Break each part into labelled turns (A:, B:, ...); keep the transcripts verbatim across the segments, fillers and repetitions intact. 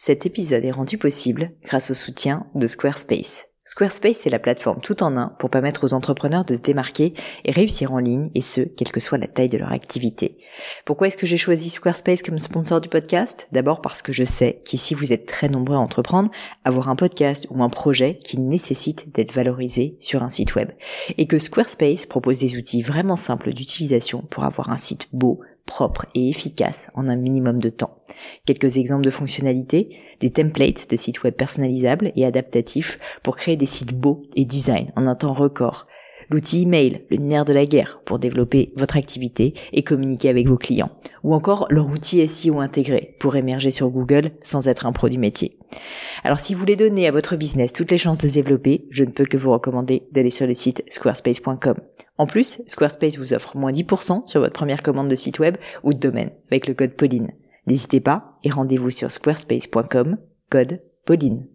A: Cet épisode est rendu possible grâce au soutien de Squarespace. Squarespace est la plateforme tout en un pour permettre aux entrepreneurs de se démarquer et réussir en ligne, et ce, quelle que soit la taille de leur activité. Pourquoi est-ce que j'ai choisi Squarespace comme sponsor du podcast ? D'abord parce que je sais qu'ici vous êtes très nombreux à entreprendre, avoir un podcast ou un projet qui nécessite d'être valorisé sur un site web. Et que Squarespace propose des outils vraiment simples d'utilisation pour avoir un site beau, propre et efficace en un minimum de temps. Quelques exemples de fonctionnalités, des templates de sites web personnalisables et adaptatifs pour créer des sites beaux et design en un temps record. L'outil email, le nerf de la guerre pour développer votre activité et communiquer avec vos clients. Ou encore leur outil S E O intégré pour émerger sur Google sans être un pro du métier. Alors si vous voulez donner à votre business toutes les chances de se développer, je ne peux que vous recommander d'aller sur le site squarespace point com. En plus, Squarespace vous offre moins dix pour cent sur votre première commande de site web ou de domaine avec le code Pauline. N'hésitez pas et rendez-vous sur squarespace point com, code Pauline.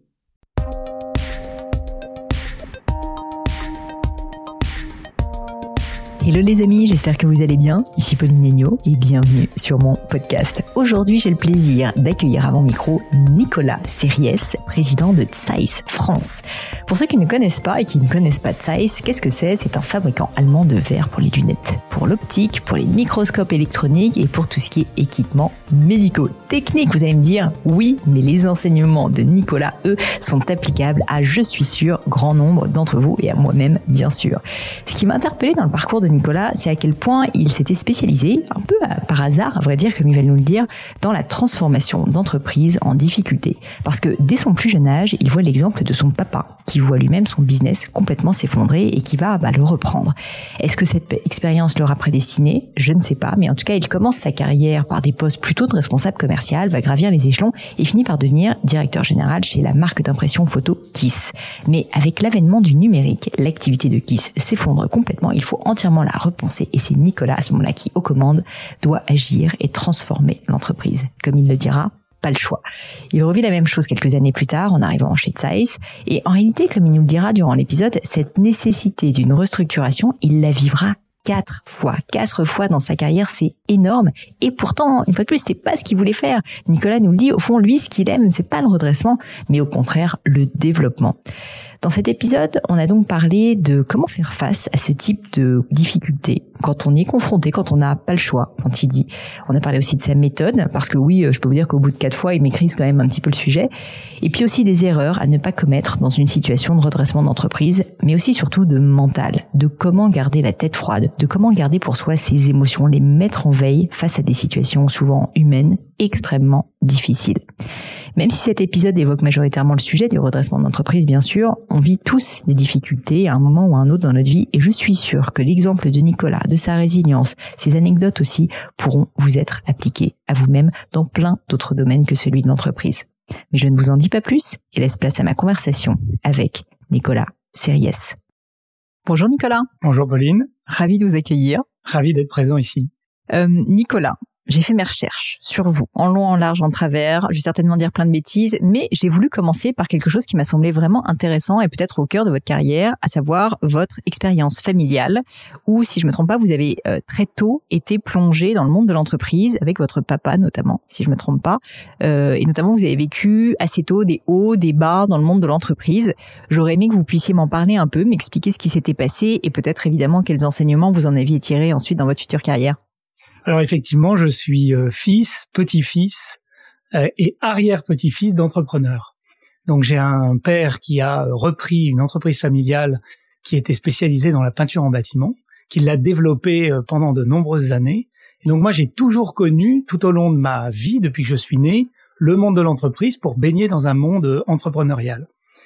A: Hello les amis, j'espère que vous allez bien. Ici Pauline Legnaud et bienvenue sur mon podcast. Aujourd'hui, j'ai le plaisir d'accueillir à mon micro Nicolas Sériès, président de Zeiss France. Pour ceux qui ne connaissent pas et qui ne connaissent pas Zeiss, qu'est-ce que c'est ? C'est un fabricant allemand de verre pour les lunettes, pour l'optique, pour les microscopes électroniques et pour tout ce qui est équipements médicaux. Technique, vous allez me dire, oui, mais les enseignements de Nicolas, eux, sont applicables à, je suis sûr, grand nombre d'entre vous et à moi-même, bien sûr. Ce qui m'a interpellé dans le parcours de Nicolas, c'est à quel point il s'était spécialisé, un peu par hasard, à vrai dire, comme il va nous le dire, dans la transformation d'entreprises en difficulté. Parce que dès son plus jeune âge, il voit l'exemple de son papa, qui voit lui-même son business complètement s'effondrer et qui va bah, le reprendre. Est-ce que cette expérience l'aura prédestiné ? Je ne sais pas, mais en tout cas, il commence sa carrière par des postes plutôt de responsable commercial, va gravir les échelons et finit par devenir directeur général chez la marque d'impression photo Kiss. Mais avec l'avènement du numérique, l'activité de Kiss s'effondre complètement, il faut entièrement la repenser et c'est Nicolas à ce moment-là qui, aux commandes, doit agir et transformer l'entreprise. Comme il le dira, pas le choix. Il revit la même chose quelques années plus tard en arrivant chez Zeiss et en réalité, comme il nous le dira durant l'épisode, cette nécessité d'une restructuration, il la vivra Quatre fois, quatre fois dans sa carrière, c'est énorme. Et pourtant, une fois de plus, c'est pas ce qu'il voulait faire. Nicolas nous le dit, au fond, lui, ce qu'il aime, c'est pas le redressement, mais au contraire, le développement. Dans cet épisode, on a donc parlé de comment faire face à ce type de difficultés quand on est confronté, quand on n'a pas le choix, quand il dit. On a parlé aussi de sa méthode, parce que oui, je peux vous dire qu'au bout de quatre fois, il maîtrise quand même un petit peu le sujet. Et puis aussi des erreurs à ne pas commettre dans une situation de redressement d'entreprise, mais aussi surtout de mental, de comment garder la tête froide, de comment garder pour soi ses émotions, les mettre en veille face à des situations souvent humaines, extrêmement difficiles. Même si cet épisode évoque majoritairement le sujet du redressement d'entreprise, bien sûr, on vit tous des difficultés à un moment ou à un autre dans notre vie et je suis sûre que l'exemple de Nicolas, de sa résilience, ses anecdotes aussi pourront vous être appliquées à vous-même dans plein d'autres domaines que celui de l'entreprise. Mais je ne vous en dis pas plus et laisse place à ma conversation avec Nicolas Sériès. Bonjour Nicolas.
B: Bonjour Pauline.
A: Ravi de vous accueillir.
B: Ravi d'être présent ici.
A: Euh, Nicolas, j'ai fait mes recherches sur vous, en long, en large, en travers. Je vais certainement dire plein de bêtises, mais j'ai voulu commencer par quelque chose qui m'a semblé vraiment intéressant et peut-être au cœur de votre carrière, à savoir votre expérience familiale, où, si je me trompe pas, vous avez euh, très tôt été plongé dans le monde de l'entreprise, avec votre papa notamment, si je me trompe pas. Euh, et notamment, vous avez vécu assez tôt des hauts, des bas dans le monde de l'entreprise. J'aurais aimé que vous puissiez m'en parler un peu, m'expliquer ce qui s'était passé et peut-être évidemment quels enseignements vous en aviez tirés ensuite dans votre future carrière.
B: Alors effectivement, je suis euh, fils, petit-fils euh, et arrière-petit-fils d'entrepreneurs. Donc j'ai un père qui a repris une entreprise familiale qui était spécialisée dans la peinture en bâtiment, qui l'a développée euh, pendant de nombreuses années. Et donc moi j'ai toujours connu, tout au long de ma vie, depuis que je suis né, le monde de l'entreprise pour baigner dans un monde entrepreneurial.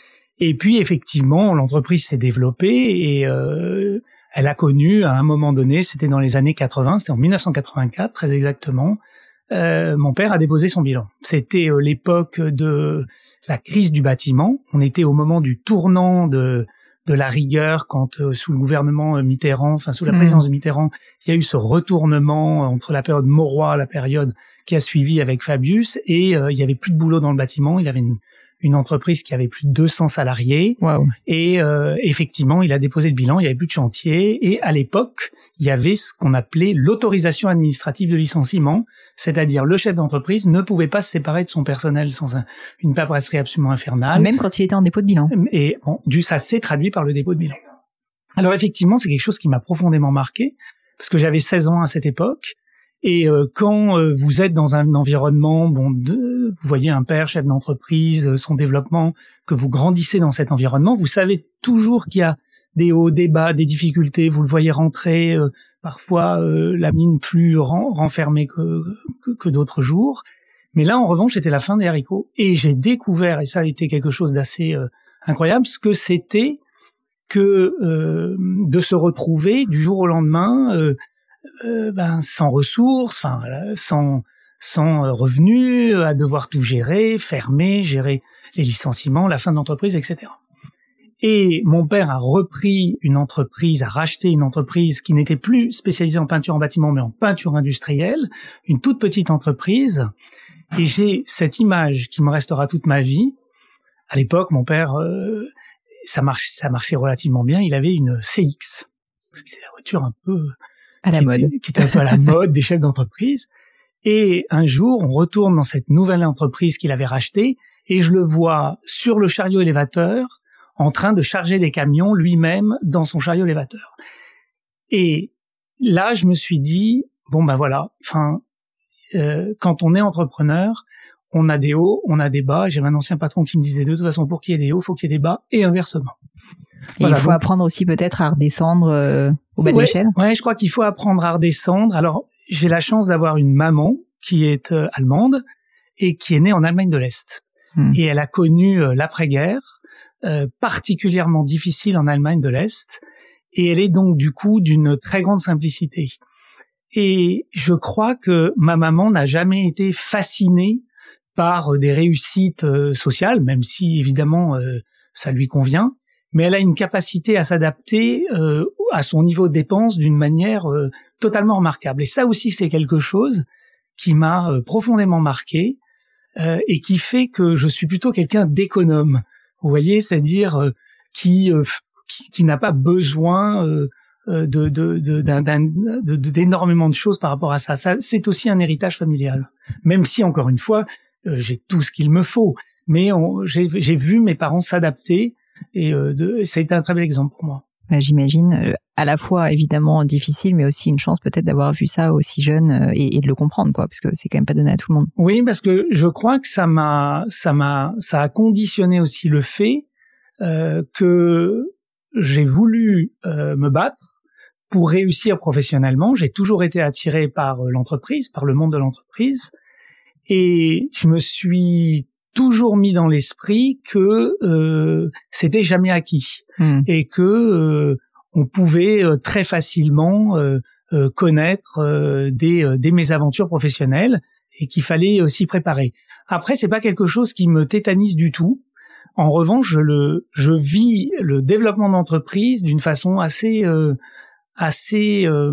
B: Et puis effectivement, l'entreprise s'est développée et euh, elle a connu, à un moment donné, c'était dans les années quatre-vingts, c'était en dix-neuf cent quatre-vingt-quatre très exactement, euh, mon père a déposé son bilan. C'était euh, l'époque de la crise du bâtiment. On était au moment du tournant de de la rigueur quand, euh, sous le gouvernement Mitterrand, enfin sous la présidence mmh. de Mitterrand, il y a eu ce retournement entre la période Mauroy, la période qui a suivi avec Fabius, et euh, il y avait plus de boulot dans le bâtiment. Il y avait une une entreprise qui avait plus de deux cents salariés.
A: Wow.
B: Et euh, effectivement, il a déposé le bilan, il n'y avait plus de chantier. Et à l'époque, il y avait ce qu'on appelait l'autorisation administrative de licenciement, c'est-à-dire le chef d'entreprise ne pouvait pas se séparer de son personnel sans un, une paperasserie absolument infernale.
A: Même quand il était en dépôt de bilan.
B: Et bon, du ça s'est traduit par le dépôt de bilan. Alors effectivement, c'est quelque chose qui m'a profondément marqué, parce que j'avais seize ans à cette époque. Et euh, quand euh, vous êtes dans un environnement, bon, de, vous voyez un père, chef d'entreprise, euh, son développement, que vous grandissez dans cet environnement, vous savez toujours qu'il y a des hauts, des bas, des difficultés. Vous le voyez rentrer, euh, parfois euh, la mine plus ren- renfermée que, que, que d'autres jours. Mais là, en revanche, c'était la fin des haricots. Et j'ai découvert, et ça a été quelque chose d'assez euh, incroyable, ce que c'était que euh, de se retrouver du jour au lendemain... Euh, Euh, ben sans ressources, enfin voilà, sans sans revenus, à devoir tout gérer, fermer, gérer les licenciements, la fin de l'entreprise, et cetera. Et mon père a repris une entreprise, a racheté une entreprise qui n'était plus spécialisée en peinture en bâtiment, mais en peinture industrielle, une toute petite entreprise. Et j'ai cette image qui me restera toute ma vie. À l'époque, mon père, euh, ça marche, ça marchait relativement bien. Il avait une C X, parce que c'est la voiture un peu
A: à la
B: qui
A: mode,
B: était, qui était un peu à la mode des chefs d'entreprise. Et un jour, on retourne dans cette nouvelle entreprise qu'il avait rachetée, et je le vois sur le chariot élévateur, en train de charger des camions lui-même dans son chariot élévateur. Et là, je me suis dit, bon ben voilà, enfin, euh, quand on est entrepreneur, on a des hauts, on a des bas. J'ai un ancien patron qui me disait, de toute façon, pour qu'il y ait des hauts, il faut qu'il y ait des bas, et inversement.
A: Et voilà, il faut donc apprendre aussi peut-être à redescendre euh, au bas
B: ouais,
A: de l'échelle.
B: Ouais, je crois qu'il faut apprendre à redescendre. Alors, j'ai la chance d'avoir une maman qui est euh, allemande et qui est née en Allemagne de l'Est. Mmh. Et elle a connu euh, l'après-guerre, euh, particulièrement difficile en Allemagne de l'Est. Et elle est donc du coup d'une très grande simplicité. Et je crois que ma maman n'a jamais été fascinée par des réussites euh, sociales, même si évidemment euh, ça lui convient. Mais elle a une capacité à s'adapter euh, à son niveau de dépenses d'une manière euh, totalement remarquable. Et ça aussi, c'est quelque chose qui m'a euh, profondément marqué euh, et qui fait que je suis plutôt quelqu'un d'économe. Vous voyez, c'est-à-dire euh, qui, euh, qui qui n'a pas besoin euh, de, de, de, d'un, d'un, de d'énormément de choses par rapport à ça. Ça, c'est aussi un héritage familial. Même si, encore une fois, euh, j'ai tout ce qu'il me faut. Mais on, j'ai, j'ai vu mes parents s'adapter. Et euh, de, ça a été un très bel exemple pour moi.
A: Bah, j'imagine, euh, à la fois évidemment difficile, mais aussi une chance peut-être d'avoir vu ça aussi jeune euh, et, et de le comprendre, quoi, parce que c'est quand même pas donné à tout le monde.
B: Oui, parce que je crois que ça m'a, ça m'a, ça a conditionné aussi le fait euh, que j'ai voulu euh, me battre pour réussir professionnellement. J'ai toujours été attiré par l'entreprise, par le monde de l'entreprise, et je me suis toujours mis dans l'esprit que euh, c'était jamais acquis mmh. et que euh, on pouvait euh, très facilement euh, euh, connaître euh, des, euh, des mésaventures professionnelles et qu'il fallait s'y préparer. Après, c'est pas quelque chose qui me tétanise du tout. En revanche, je le je vis le développement d'entreprise d'une façon assez euh, assez euh,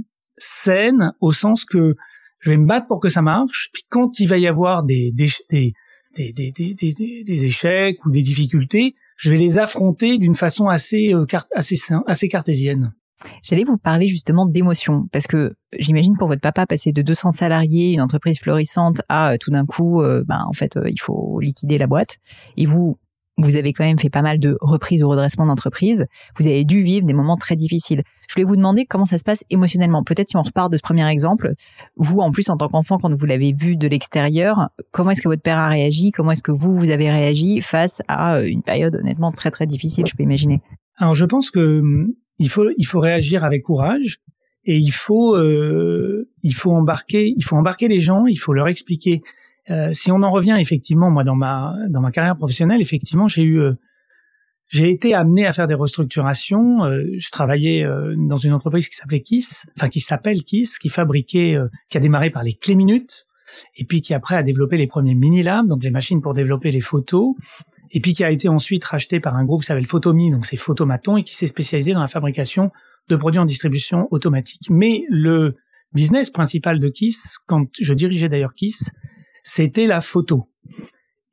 B: saine, au sens que je vais me battre pour que ça marche. Puis quand il va y avoir des des, des Des, des, des, des, des échecs ou des difficultés, je vais les affronter d'une façon assez, euh, car- assez, assez cartésienne.
A: J'allais vous parler justement d'émotion, parce que j'imagine pour votre papa, passer de deux cents salariés, une entreprise florissante, à euh, tout d'un coup, euh, ben en fait, euh, il faut liquider la boîte. Et vous, vous avez quand même fait pas mal de reprises ou redressements d'entreprise. Vous avez dû vivre des moments très difficiles. Je voulais vous demander comment ça se passe émotionnellement. Peut-être si on repart de ce premier exemple, vous, en plus, en tant qu'enfant, quand vous l'avez vu de l'extérieur, comment est-ce que votre père a réagi? Comment est-ce que vous, vous avez réagi face à une période honnêtement très, très difficile, je peux imaginer?
B: Alors, je pense que il faut, il faut réagir avec courage et il faut, euh, il faut embarquer, il faut embarquer les gens, il faut leur expliquer. Euh, si on en revient effectivement, moi dans ma dans ma carrière professionnelle, effectivement, j'ai eu, euh, j'ai été amené à faire des restructurations. Euh, je travaillais euh, dans une entreprise qui s'appelait Kiss, enfin qui s'appelle Kiss, qui fabriquait, euh, qui a démarré par les clés minutes, et puis qui après a développé les premiers mini-labs, donc les machines pour développer les photos, et puis qui a été ensuite racheté par un groupe qui s'appelle Photomi, donc c'est Photomaton, et qui s'est spécialisé dans la fabrication de produits en distribution automatique. Mais le business principal de Kiss, quand je dirigeais d'ailleurs Kiss, c'était la photo.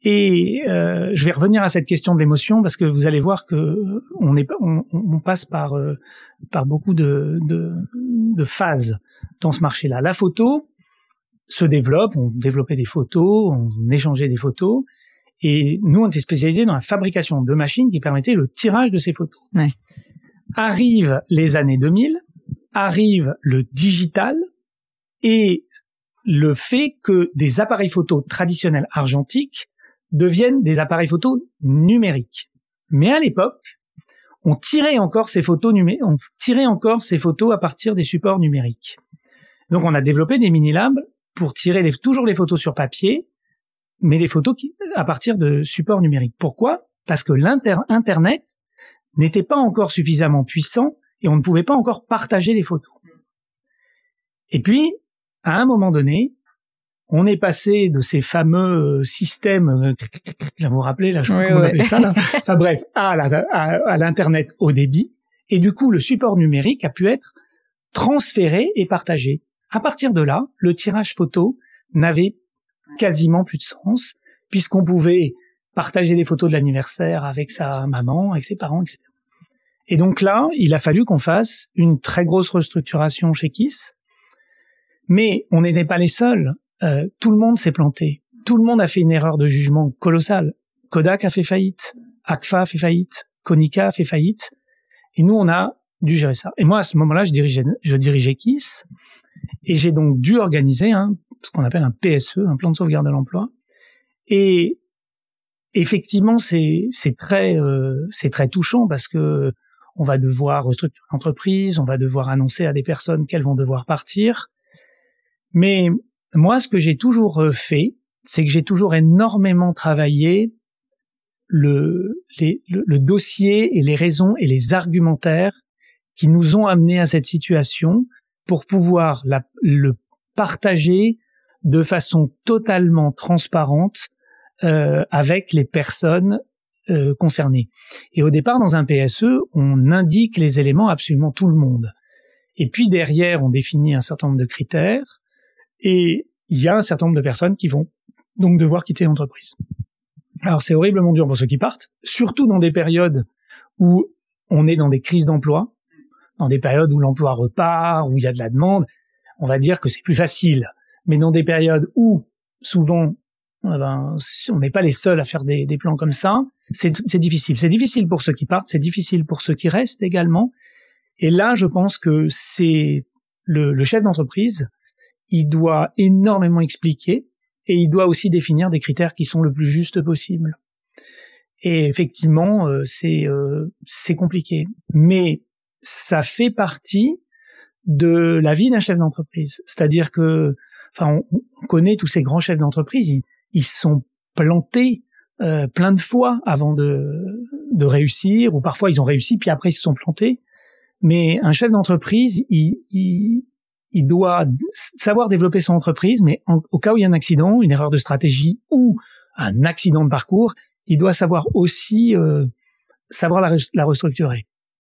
B: Et euh, je vais revenir à cette question de l'émotion parce que vous allez voir que on est on, on passe par euh, par beaucoup de, de de phases dans ce marché-là. La photo se développe, on développait des photos, on échangeait des photos, et nous on était spécialisés dans la fabrication de machines qui permettaient le tirage de ces photos.
A: Ouais.
B: Arrivent les années deux mille, arrive le digital et le fait que des appareils photo traditionnels argentiques deviennent des appareils photo numériques. Mais à l'époque, on tirait encore ces photos numé- on tirait encore ces photos à partir des supports numériques. Donc on a développé des mini-labs pour tirer les, toujours les photos sur papier, mais les photos qui, à partir de supports numériques. Pourquoi ? Parce que l'internet n'était pas encore suffisamment puissant et on ne pouvait pas encore partager les photos. Et puis, à un moment donné, on est passé de ces fameux systèmes, vous vous rappelez, là, je sais pas
A: oui,
B: comment
A: ouais.
B: on appelle ça, là. Enfin bref, à, la, à, à l'internet haut débit. Et du coup, le support numérique a pu être transféré et partagé. À partir de là, le tirage photo n'avait quasiment plus de sens, puisqu'on pouvait partager les photos de l'anniversaire avec sa maman, avec ses parents, et cetera. Et donc là, il a fallu qu'on fasse une très grosse restructuration chez Kiss. Mais on n'était pas les seuls. Euh, tout le monde s'est planté. Tout le monde a fait une erreur de jugement colossale. Kodak a fait faillite, Agfa a fait faillite, Konica a fait faillite. Et nous, on a dû gérer ça. Et moi, à ce moment-là, je dirigeais, je dirigeais Kiss. Et j'ai donc dû organiser un, ce qu'on appelle un P S E, un plan de sauvegarde de l'emploi. Et effectivement, c'est, c'est très, euh, c'est très touchant parce que on va devoir restructurer l'entreprise, on va devoir annoncer à des personnes qu'elles vont devoir partir. Mais moi, ce que j'ai toujours fait, c'est que j'ai toujours énormément travaillé le, les, le, le dossier et les raisons et les argumentaires qui nous ont amenés à cette situation pour pouvoir la, le partager de façon totalement transparente euh, avec les personnes euh, concernées. Et au départ, dans un P S E, on indique les éléments à absolument tout le monde. Et puis derrière, on définit un certain nombre de critères et il y a un certain nombre de personnes qui vont donc devoir quitter l'entreprise. Alors c'est horriblement dur pour ceux qui partent, surtout dans des périodes où on est dans des crises d'emploi, dans des périodes où l'emploi repart, où il y a de la demande, on va dire que c'est plus facile. Mais dans des périodes où, souvent, eh ben, on n'est pas les seuls à faire des, des plans comme ça, c'est, c'est difficile. C'est difficile pour ceux qui partent, c'est difficile pour ceux qui restent également. Et là, je pense que c'est le, le chef d'entreprise, il doit énormément expliquer et il doit aussi définir des critères qui sont le plus justes possible. Et effectivement, euh, c'est, euh, c'est compliqué. Mais ça fait partie de la vie d'un chef d'entreprise. C'est-à-dire que, enfin, on, on connaît tous ces grands chefs d'entreprise, ils, ils sont plantés euh, plein de fois avant de, de réussir, ou parfois ils ont réussi puis après ils se sont plantés. Mais un chef d'entreprise, il, il, il doit savoir développer son entreprise, mais en, au cas où il y a un accident, une erreur de stratégie ou un accident de parcours, il doit savoir aussi euh, savoir la, la restructurer.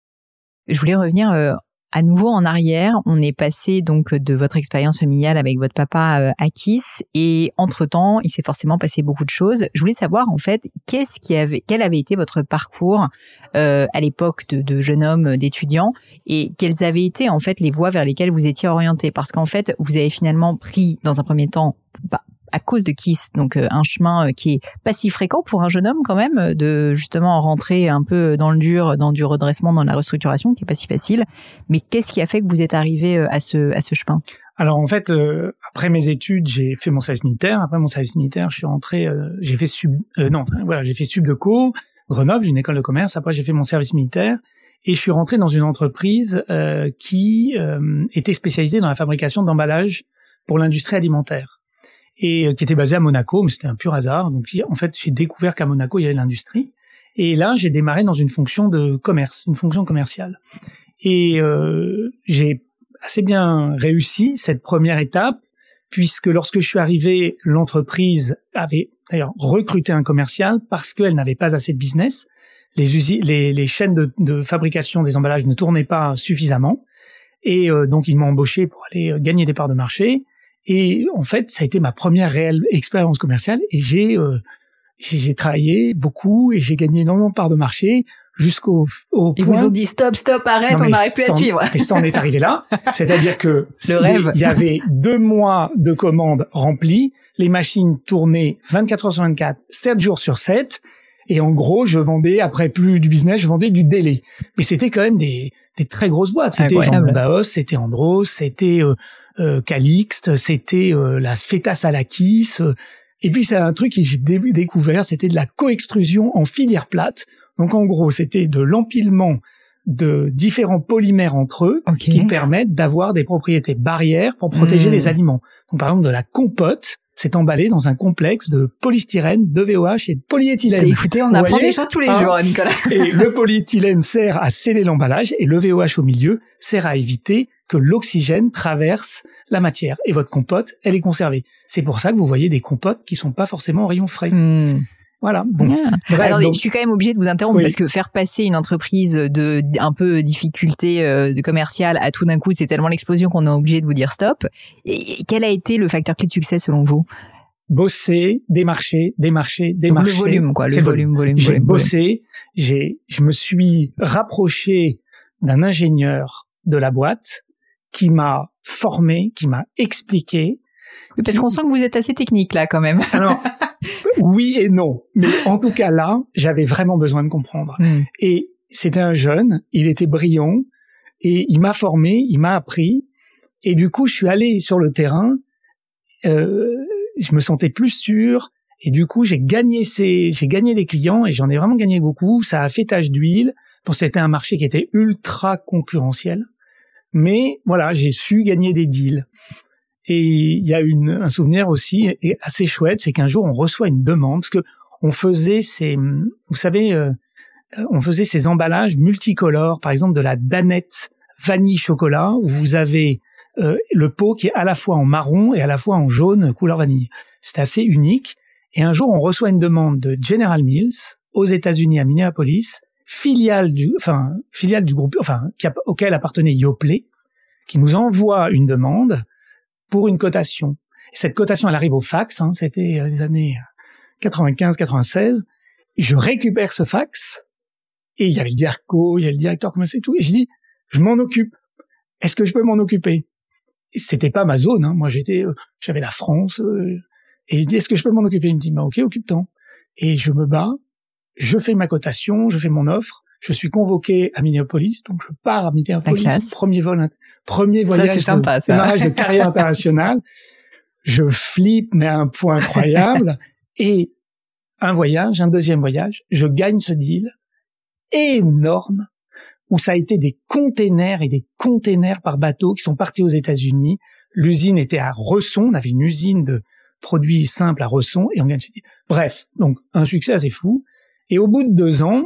A: Je voulais revenir euh, à nouveau en arrière. On est passé donc de votre expérience familiale avec votre papa euh, à Kiss et entre-temps, il s'est forcément passé beaucoup de choses. Je voulais savoir en fait, qu'est-ce qui avait, quel avait été votre parcours euh, à l'époque de, de jeune homme, d'étudiant, et quelles avaient été en fait les voies vers lesquelles vous étiez orienté, parce qu'en fait, vous avez finalement pris dans un premier temps, bah, à cause de Kiss, donc euh, un chemin euh, qui est pas si fréquent pour un jeune homme quand même, de justement rentrer un peu dans le dur, dans du redressement, dans la restructuration, qui est pas si facile. Mais qu'est-ce qui a fait que vous êtes arrivé euh, à ce à ce chemin ?
B: Alors en fait, euh, après mes études, j'ai fait mon service militaire. Après mon service militaire, je suis rentré, euh, j'ai fait sub, euh, non, enfin voilà, j'ai fait Subdeco, Grenoble, une école de commerce. Après j'ai fait mon service militaire et je suis rentré dans une entreprise euh, qui euh, était spécialisée dans la fabrication d'emballages pour l'industrie alimentaire, et qui était basé à Monaco, mais c'était un pur hasard. Donc, en fait, j'ai découvert qu'à Monaco, il y avait l'industrie. Et là, j'ai démarré dans une fonction de commerce, une fonction commerciale. Et euh, j'ai assez bien réussi cette première étape, puisque lorsque je suis arrivé, l'entreprise avait d'ailleurs recruté un commercial parce qu'elle n'avait pas assez de business. Les, usi- les, les chaînes de, de fabrication des emballages ne tournaient pas suffisamment. Et euh, donc, ils m'ont embauché pour aller gagner des parts de marché. Et en fait, ça a été ma première réelle expérience commerciale et j'ai euh, j'ai, j'ai travaillé beaucoup et j'ai gagné énormément de parts de marché jusqu'au au
A: Ils
B: point...
A: vous ont dit stop, stop, arrête,
B: Non,
A: on n'arrive plus à
B: ça,
A: suivre.
B: Et ça en est arrivé là. C'est-à-dire que
A: le rêve.
B: Il y avait deux mois de commandes remplies, les machines tournaient vingt-quatre heures sur vingt-quatre, sept jours sur sept. Et en gros, je vendais, après plus du business, je vendais du délai. Mais c'était quand même des, des très grosses boîtes. C'était Jean Baos, c'était Andros, c'était euh, euh, Calixte, c'était euh, la Feta Salakis. Euh, et puis, c'est un truc que j'ai dé- découvert, c'était de la coextrusion en filière plate. Donc, en gros, c'était de l'empilement de différents polymères entre eux okay. qui permettent d'avoir des propriétés barrières pour protéger mmh. les aliments. Donc, par exemple, de la compote, c'est emballé dans un complexe de polystyrène, de V O H et de polyéthylène.
A: Écoutez, on Vous apprend voyez, des choses tous les hein, jours, Nicolas.
B: Et le polyéthylène sert à sceller l'emballage et le V O H au milieu sert à éviter que l'oxygène traverse la matière. Et votre compote, elle est conservée. C'est pour ça que vous voyez des compotes qui sont pas forcément en rayon frais. Mmh. Voilà. Bon.
A: Yeah. Bref, Alors, donc... je suis quand même obligée de vous interrompre oui. parce que faire passer une entreprise de un peu difficulté euh, de commerciale à tout d'un coup, c'est tellement l'explosion qu'on est obligé de vous dire stop. Et quel a été le facteur clé de succès selon vous?
B: Bosser, démarcher, démarcher, démarcher.
A: Donc le volume, quoi. Le volume, volume,
B: J'ai
A: volume,
B: bossé.
A: Volume.
B: J'ai, je me suis rapproché d'un ingénieur de la boîte qui m'a formé, qui m'a expliqué.
A: Oui, parce qui... qu'on sent que vous êtes assez technique là, quand même.
B: Alors. Oui et non. Mais en tout cas, là, j'avais vraiment besoin de comprendre. Mmh. Et c'était un jeune, il était brillant, et il m'a formé, il m'a appris. Et du coup, je suis allé sur le terrain, euh, je me sentais plus sûr, et du coup, j'ai gagné ces, j'ai gagné des clients, et j'en ai vraiment gagné beaucoup. Ça a fait tache d'huile. Bon, c'était un marché qui était ultra concurrentiel. Mais voilà, j'ai su gagner des deals. Et il y a une, un souvenir aussi assez chouette, c'est qu'un jour on reçoit une demande parce que on faisait ces, vous savez, euh, on faisait ces emballages multicolores, par exemple de la Danette vanille chocolat où vous avez euh, le pot qui est à la fois en marron et à la fois en jaune couleur vanille. C'est assez unique. Et un jour on reçoit une demande de General Mills aux États-Unis à Minneapolis, filiale du, enfin filiale du groupe, enfin qui a, auquel appartenait Yoplait, qui nous envoie une demande pour une cotation. Et cette cotation, elle arrive au fax, hein, c'était les années quatre-vingt-quinze quatre-vingt-seize. Je récupère ce fax, et il y avait le DIRCO, il y a le directeur commercial et tout, et je dis, je m'en occupe. Est-ce que je peux m'en occuper? Et c'était pas ma zone, hein. Moi j'étais, euh, j'avais la France, euh, et je dis, est-ce que je peux m'en occuper? Il me dit, bah ok, occupe-t'en. Et je me bats, je fais ma cotation, je fais mon offre, je suis convoqué à Minneapolis, donc je pars à Minneapolis, premier vol, premier voyage,
A: ça, c'est sympa,
B: de, démarrage de carrière internationale. Je flippe, mais à un point incroyable. Et un voyage, un deuxième voyage, je gagne ce deal énorme où ça a été des containers et des containers par bateau qui sont partis aux États-Unis. L'usine était à Resson, on avait une usine de produits simples à Resson et on gagne ce deal. Bref, donc un succès assez fou. Et au bout de deux ans,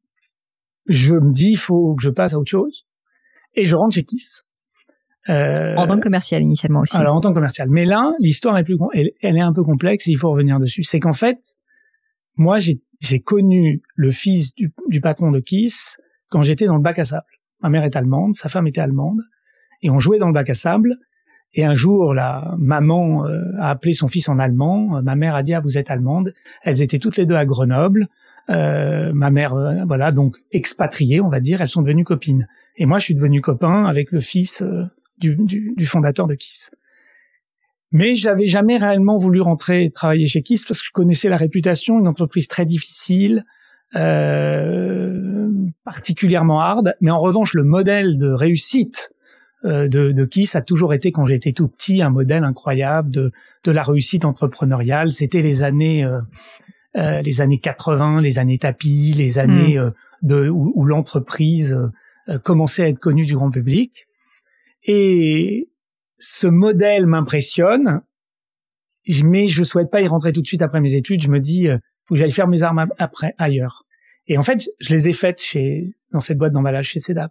B: je me dis, il faut que je passe à autre chose. Et je rentre chez Kiss.
A: Euh, en tant que commercial, initialement aussi.
B: Alors, en tant que commercial. Mais là, l'histoire est plus, elle, elle est un peu complexe et il faut revenir dessus. C'est qu'en fait, moi, j'ai, j'ai connu le fils du, du patron de Kiss quand j'étais dans le bac à sable. Ma mère est allemande, sa femme était allemande. Et on jouait dans le bac à sable. Et un jour, la maman euh, a appelé son fils en allemand. Ma mère a dit, ah, vous êtes allemande. Elles étaient toutes les deux à Grenoble. Euh, ma mère, euh, voilà, donc expatriée, on va dire, elles sont devenues copines. Et moi, je suis devenu copain avec le fils euh, du, du, du fondateur de Kiss. Mais j'avais jamais réellement voulu rentrer travailler chez Kiss parce que je connaissais la réputation, une entreprise très difficile, euh, particulièrement hard. Mais en revanche, le modèle de réussite euh, de, de Kiss a toujours été, quand j'étais tout petit, un modèle incroyable de, de la réussite entrepreneuriale. C'était les années... Euh, Euh, les années quatre-vingts, les années tapis, les années mmh. euh, de où, où l'entreprise euh, commençait à être connue du grand public. Et ce modèle m'impressionne, mais je souhaite pas y rentrer tout de suite après mes études. Je me dis, euh, faut que j'aille faire mes armes après ailleurs. Et en fait, je les ai faites chez dans cette boîte d'emballage chez Cédap.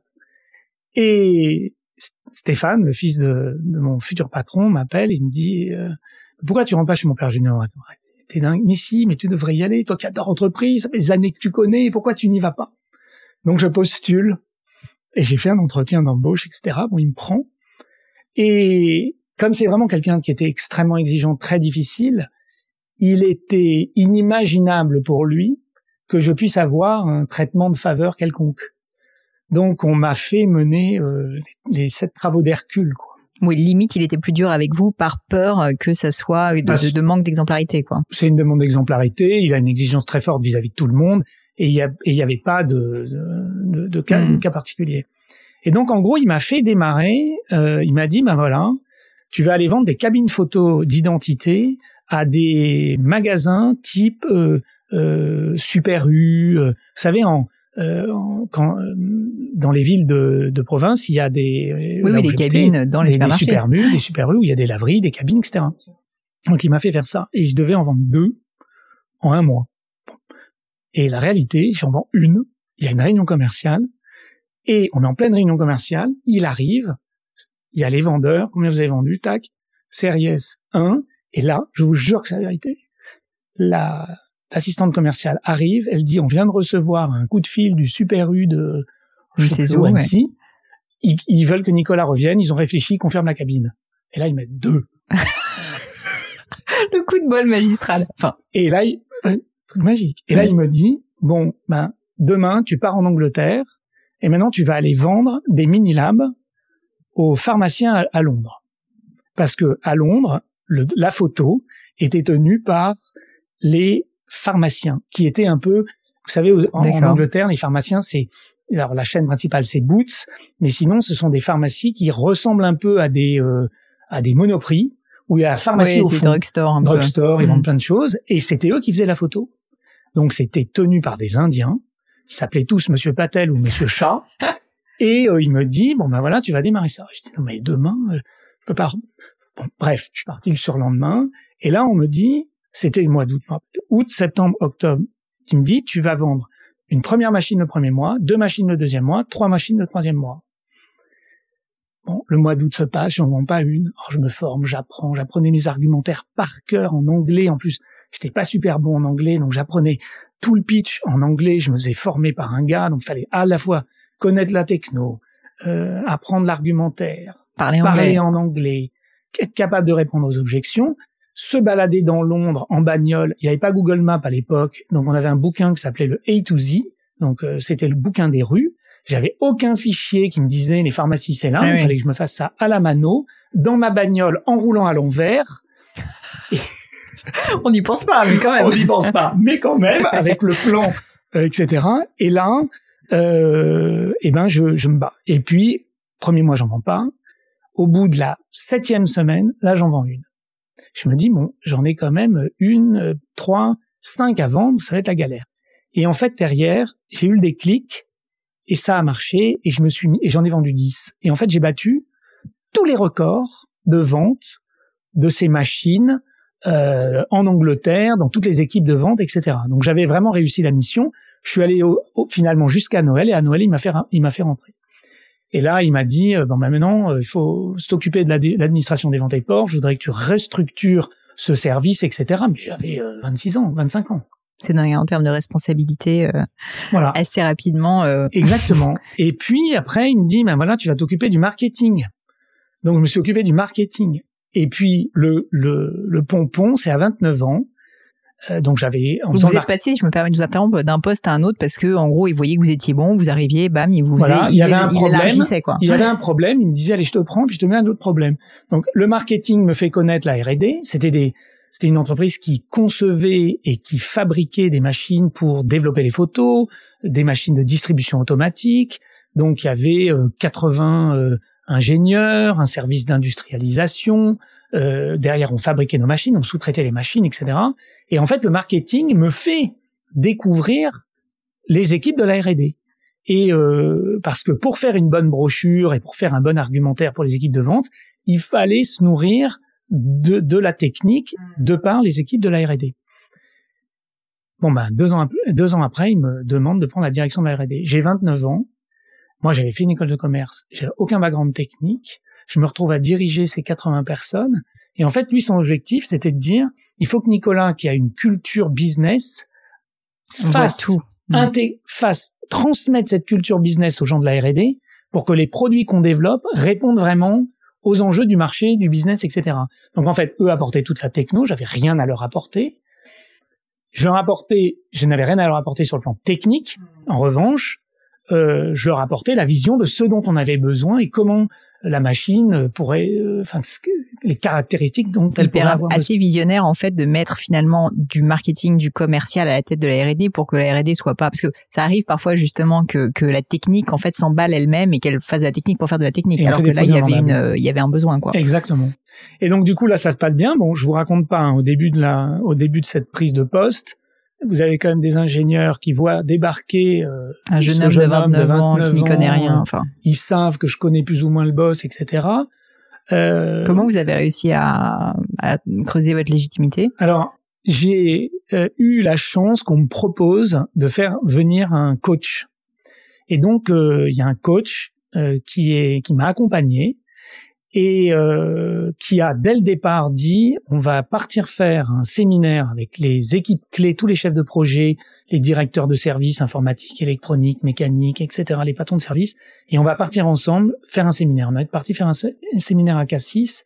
B: Et Stéphane, le fils de, de mon futur patron, m'appelle et me dit euh, pourquoi tu rentres pas chez mon père junior? T'es dingue, mais si, mais tu devrais y aller, toi qui adores l'entreprise, ça fait des années que tu connais, pourquoi tu n'y vas pas? Donc je postule, et j'ai fait un entretien d'embauche, et cetera. Bon, il me prend, et comme c'est vraiment quelqu'un qui était extrêmement exigeant, très difficile, il était inimaginable pour lui que je puisse avoir un traitement de faveur quelconque. Donc, on m'a fait mener euh, les sept travaux d'Hercule, quoi.
A: Oui, limite, il était plus dur avec vous par peur que ça soit de, de, de manque d'exemplarité, quoi.
B: C'est une demande d'exemplarité. Il a une exigence très forte vis-à-vis de tout le monde, et il y a, et il y avait pas de, de, de, de cas, mmh. de cas particulier. Et donc, en gros, il m'a fait démarrer. Euh, il m'a dit, ben voilà, tu vas aller vendre des cabines photo d'identité à des magasins type euh, euh, Super U. Euh, vous savez, en Euh, quand euh, dans les villes de, de province, il y a des
A: oui, oui des cabines dans les
B: des,
A: supermarchés,
B: des super U, des super U où il y a des laveries, des cabines, et cetera. Donc il m'a fait faire ça et je devais en vendre deux en un mois. Et la réalité, j'en vends une. Il y a une réunion commerciale et on est en pleine réunion commerciale. Il arrive, il y a les vendeurs. Combien vous avez vendu? Tac, Series un. Et là, je vous jure que c'est la vérité. La L'assistante commerciale arrive, elle dit, on vient de recevoir un coup de fil du Super U de Annecy. Ouais. Ils, ils veulent que Nicolas revienne, ils ont réfléchi, confirme la cabine. Et là, ils mettent deux.
A: Le coup de bol magistral. Enfin.
B: Et là, il, euh, truc magique. Et là, il me dit, bon, ben, demain, tu pars en Angleterre, et maintenant, tu vas aller vendre des mini-labs aux pharmaciens à, à Londres. Parce que, à Londres, le, la photo était tenue par les pharmaciens, qui étaient un peu, vous savez, en, en Angleterre, les pharmaciens, c'est, alors la chaîne principale, c'est Boots, mais sinon, ce sont des pharmacies qui ressemblent un peu à des, euh, à des Monoprix, où il y a la pharmacie
A: oui,
B: au
A: c'est
B: fond.
A: Drugstore, un
B: Drugstore,
A: peu.
B: ils
A: mmh.
B: vendent plein de choses, et c'était eux qui faisaient la photo. Donc, c'était tenu par des Indiens, qui s'appelaient tous Monsieur Patel ou Monsieur Shah, et euh, il me dit, bon ben voilà, tu vas démarrer ça. Je dis, non mais demain, euh, je peux pas... Bon, bref, je suis parti le surlendemain, et là, on me dit, c'était le mois d'août, août, septembre, octobre. Tu me dis, tu vas vendre une première machine le premier mois, deux machines le deuxième mois, trois machines le troisième mois. Bon, le mois d'août se passe, j'en vends pas une. Alors, je me forme, j'apprends, j'apprenais mes argumentaires par cœur en anglais. En plus, j'étais pas super bon en anglais, donc j'apprenais tout le pitch en anglais. Je me faisais former par un gars, donc il fallait à la fois connaître la techno, euh, apprendre l'argumentaire,
A: parler,
B: parler
A: anglais.
B: en anglais, être capable de répondre aux objections. Se balader dans Londres en bagnole. Il n'y avait pas Google Maps à l'époque, donc on avait un bouquin qui s'appelait le A to Z, donc euh, c'était le bouquin des rues. J'avais aucun fichier qui me disait les pharmacies c'est là,
A: oui,
B: il
A: oui.
B: fallait que je me fasse ça à la mano, dans ma bagnole, en roulant à l'envers. Et...
A: on n'y pense pas, mais quand même.
B: On n'y pense pas, mais quand même, avec le plan, euh, et cetera. Et là, euh, eh ben je, je me bats. Et puis, premier mois, j'en vends pas. Au bout de la septième semaine, là, j'en vends une. Je me dis, bon, j'en ai quand même une, euh, trois, cinq à vendre, ça va être la galère. Et en fait, derrière, j'ai eu le déclic, et ça a marché, et je me suis mis, et j'en ai vendu dix. Et en fait, j'ai battu tous les records de vente de ces machines euh, en Angleterre, dans toutes les équipes de vente, et cetera. Donc, j'avais vraiment réussi la mission. Je suis allé au, au, finalement jusqu'à Noël, et à Noël, il m'a fait, il m'a fait rentrer. Et là, il m'a dit, euh, bon, bah, maintenant, euh, il faut s'occuper de la, l'administration des ventes et ports. Je voudrais que tu restructures ce service, et cetera. Mais j'avais euh, vingt-six ans, vingt-cinq ans.
A: C'est dingue, en termes de responsabilité, euh, voilà. Assez rapidement. Euh...
B: Exactement. Et puis, après, il me dit, ben voilà, tu vas t'occuper du marketing. Donc, je me suis occupé du marketing. Et puis, le, le, le pompon, c'est à vingt-neuf ans. Euh, donc j'avais.
A: Vous vous êtes mar- passé, je me permets de vous interrompre, d'un poste à un autre parce que en gros, il voyait que vous étiez bon, vous arriviez, bam, il vous
B: voilà,
A: faisait,
B: il y avait un
A: il
B: problème.
A: élargissait, quoi.
B: Il y avait un problème. Il me disait allez, je te prends, puis je te mets un autre problème. Donc le marketing me fait connaître la R et D. C'était des, c'était une entreprise qui concevait et qui fabriquait des machines pour développer les photos, des machines de distribution automatique. Donc il y avait euh, quatre-vingts euh, ingénieurs, un service d'industrialisation. Euh, derrière, on fabriquait nos machines, on sous-traitait les machines, et cetera. Et en fait, le marketing me fait découvrir les équipes de la R et D. Et euh, parce que pour faire une bonne brochure et pour faire un bon argumentaire pour les équipes de vente, il fallait se nourrir de, de la technique de par les équipes de la R et D. Bon ben deux ans deux ans après, il me demande de prendre la direction de la R et D. J'ai vingt-neuf ans. Moi, j'avais fait une école de commerce. J'ai aucun background technique. Je me retrouve à diriger ces quatre-vingts personnes. Et en fait, lui, son objectif, c'était de dire, il faut que Nicolas, qui a une culture business, fasse tout, inté- fasse transmettre cette culture business aux gens de la R et D pour que les produits qu'on développe répondent vraiment aux enjeux du marché, du business, et cetera. Donc en fait, eux apportaient toute la techno, j'avais rien à leur apporter. Je leur apportais, je n'avais rien à leur apporter sur le plan technique. En revanche, euh, je leur apportais la vision de ce dont on avait besoin et comment la machine pourrait, euh, enfin, les caractéristiques dont elle pourrait avoir besoin.
A: Assez visionnaire, en fait, de mettre finalement du marketing, du commercial à la tête de la R et D pour que la R et D soit pas, parce que ça arrive parfois justement que, que la technique, en fait, s'emballe elle-même et qu'elle fasse de la technique pour faire de la technique. Et alors que là, il y avait une, euh, il y avait un besoin, quoi.
B: Exactement. Et donc, du coup, là, ça se passe bien. Bon, je vous raconte pas, hein, au début de la, au début de cette prise de poste, vous avez quand même des ingénieurs qui voient débarquer euh,
A: un jeune homme de vingt-neuf ans qui n'y connaît rien. Enfin,
B: ils savent que je connais plus ou moins le boss, et cetera. Euh,
A: Comment vous avez réussi à, à creuser votre légitimité?
B: Alors, j'ai euh, eu la chance qu'on me propose de faire venir un coach. Et donc, il euh, y a un coach euh, qui est qui m'a accompagné et euh, qui a dès le départ dit on va partir faire un séminaire avec les équipes clés, tous les chefs de projet, les directeurs de services informatiques, électroniques, mécaniques, et cetera, les patrons de services, et on va partir ensemble faire un séminaire. On est parti faire un, sé- un séminaire à Cassis,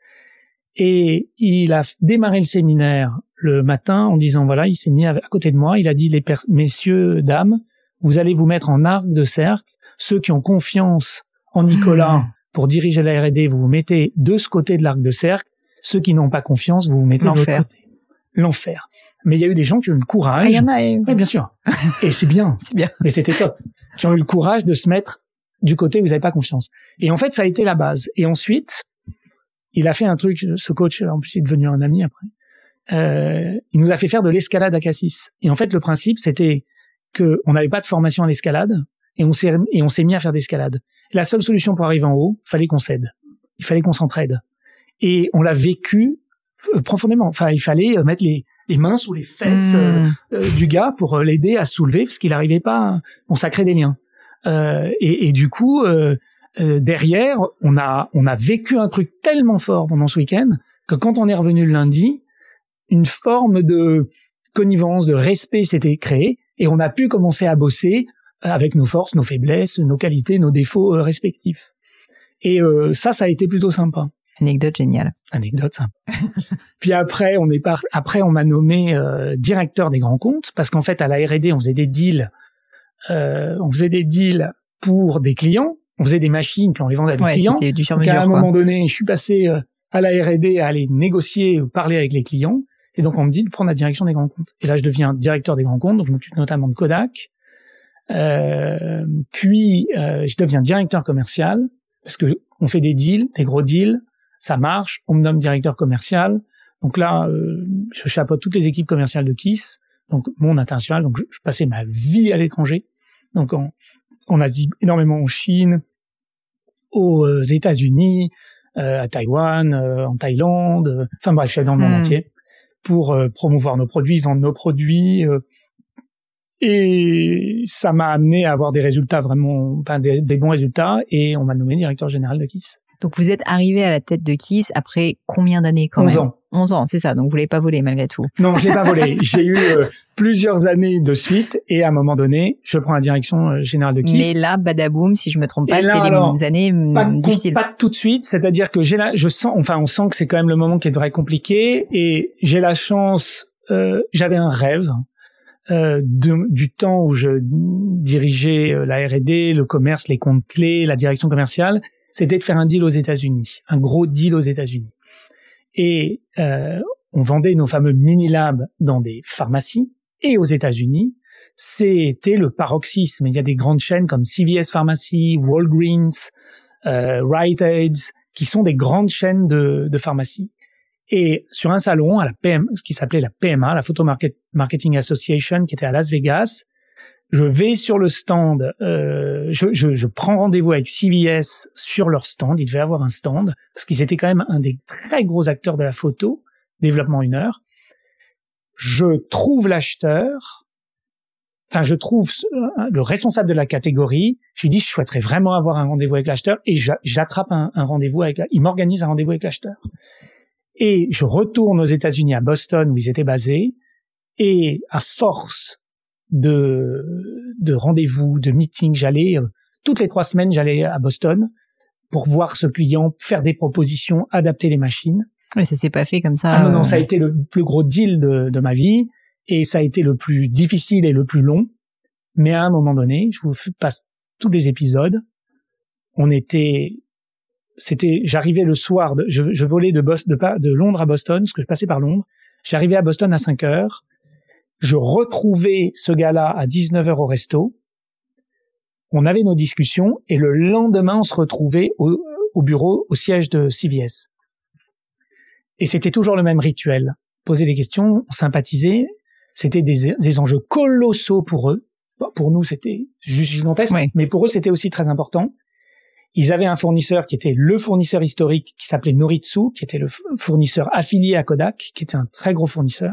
B: et il a démarré le séminaire le matin en disant voilà, il s'est mis à, à côté de moi, il a dit les pers- messieurs, dames, vous allez vous mettre en arc de cercle, ceux qui ont confiance en Nicolas mmh. pour diriger la R et D, vous vous mettez de ce côté de l'arc de cercle. Ceux qui n'ont pas confiance, vous vous mettez
A: L'enfer.
B: de l'autre côté. L'enfer. Mais il y a eu des gens qui ont eu le courage.
A: Ah, il y en a. Et...
B: Oui, bien sûr. Et c'est bien.
A: C'est bien.
B: Et c'était top. Qui ont eu le courage de se mettre du côté où vous n'avez pas confiance. Et en fait, ça a été la base. Et ensuite, il a fait un truc, ce coach, en plus, il est devenu un ami après. Euh, il nous a fait faire de l'escalade à Cassis. Et en fait, le principe, c'était que on n'avait pas de formation à l'escalade. Et on s'est, et on s'est mis à faire d'escalade. La seule solution pour arriver en haut, fallait qu'on s'aide. Il fallait qu'on s'entraide. Et on l'a vécu euh, profondément. Enfin, il fallait euh, mettre les, les mains sous les fesses mmh. euh, euh, du gars pour euh, l'aider à se soulever parce qu'il n'arrivait pas. On ça crée des liens. Euh, et, et du coup, euh, euh, derrière, on a, on a vécu un truc tellement fort pendant ce week-end que quand on est revenu le lundi, une forme de connivence, de respect s'était créée et on a pu commencer à bosser avec nos forces, nos faiblesses, nos qualités, nos défauts euh, respectifs. Et euh, ça, ça a été plutôt sympa.
A: Anecdote géniale.
B: Anecdote sympa. Puis après, on est par... après on m'a nommé euh, directeur des grands comptes parce qu'en fait, à la R et D, on faisait des deals, euh, on faisait des deals pour des clients, on faisait des machines puis on les vendait à des
A: ouais,
B: clients.
A: C'était du sur-mesure.
B: Donc à un
A: quoi.
B: moment donné, je suis passé euh, à la R et D à aller négocier, parler avec les clients, et donc on me dit de prendre la direction des grands comptes. Et là, je deviens directeur des grands comptes, donc je m'occupe notamment de Kodak. Euh, puis euh, je deviens directeur commercial parce que on fait des deals, des gros deals, ça marche, on me nomme directeur commercial. Donc là, euh, je chapeaute toutes les équipes commerciales de Kiss, donc mon international. Donc je, je passais ma vie à l'étranger, donc en, en Asie, énormément en Chine, aux euh, États-Unis, euh, à Taïwan, euh, en Thaïlande, euh, enfin bref, je suis allé dans le monde mmh. entier pour euh, promouvoir nos produits, vendre nos produits. Euh, Et ça m'a amené à avoir des résultats vraiment, enfin des, des bons résultats, et on m'a nommé directeur général de Kiss.
A: Donc vous êtes arrivé à la tête de Kiss après combien d'années quand
B: même?
A: onze
B: ans.
A: onze ans, c'est ça. Donc vous l'avez pas volé malgré tout.
B: Non, je l'ai pas volé. J'ai eu euh, plusieurs années de suite, et à un moment donné, je prends la direction euh, générale de Kiss.
A: Mais là, badaboum, si je me trompe pas,
B: là,
A: c'est
B: alors,
A: les années
B: pas,
A: difficiles.
B: Pas tout de suite, c'est-à-dire que j'ai la, je sens, enfin on sent que c'est quand même le moment qui est vrai compliqué, et j'ai la chance, euh, j'avais un rêve. Euh, de, du temps où je dirigeais euh, la R et D, le commerce, les comptes clés, la direction commerciale, c'était de faire un deal aux États-Unis, un gros deal aux États-Unis. Et euh, on vendait nos fameux mini-labs dans des pharmacies, et aux États-Unis, c'était le paroxysme. Il y a des grandes chaînes comme C V S Pharmacy, Walgreens, euh, Rite Aids, qui sont des grandes chaînes de, de pharmacies. Et sur un salon, à la P M, ce qui s'appelait la P M A, la Photo Market, Marketing Association, qui était à Las Vegas, je vais sur le stand, euh, je, je, je prends rendez-vous avec C V S sur leur stand. Ils devaient avoir un stand, parce qu'ils étaient quand même un des très gros acteurs de la photo, développement une heure. Je trouve l'acheteur, enfin je trouve le responsable de la catégorie, je lui dis je souhaiterais vraiment avoir un rendez-vous avec l'acheteur, et j'attrape un, un rendez-vous avec la, il m'organise un rendez-vous avec l'acheteur. Et je retourne aux États-Unis, à Boston, où ils étaient basés, et à force de, de rendez-vous, de meetings, j'allais, euh, toutes les trois semaines, j'allais à Boston pour voir ce client, faire des propositions, adapter les machines.
A: Mais ça s'est pas fait comme ça.
B: Ah non, non,
A: euh...
B: ça a été le plus gros deal de, de ma vie. Et ça a été le plus difficile et le plus long. Mais à un moment donné, je vous passe tous les épisodes. On était, c'était, j'arrivais le soir, de, je, je volais de, Bos, de, de Londres à Boston, parce que je passais par Londres. J'arrivais à Boston à cinq heures. Je retrouvais ce gars-là à dix-neuf heures au resto. On avait nos discussions et le lendemain, on se retrouvait au, au bureau, au siège de C V S. Et c'était toujours le même rituel. Poser des questions, on sympathisait. C'était des, des enjeux colossaux pour eux. Bon, pour nous, c'était juste gigantesque, oui. Mais pour eux, c'était aussi très important. Ils avaient un fournisseur qui était le fournisseur historique, qui s'appelait Noritsu, qui était le fournisseur affilié à Kodak, qui était un très gros fournisseur.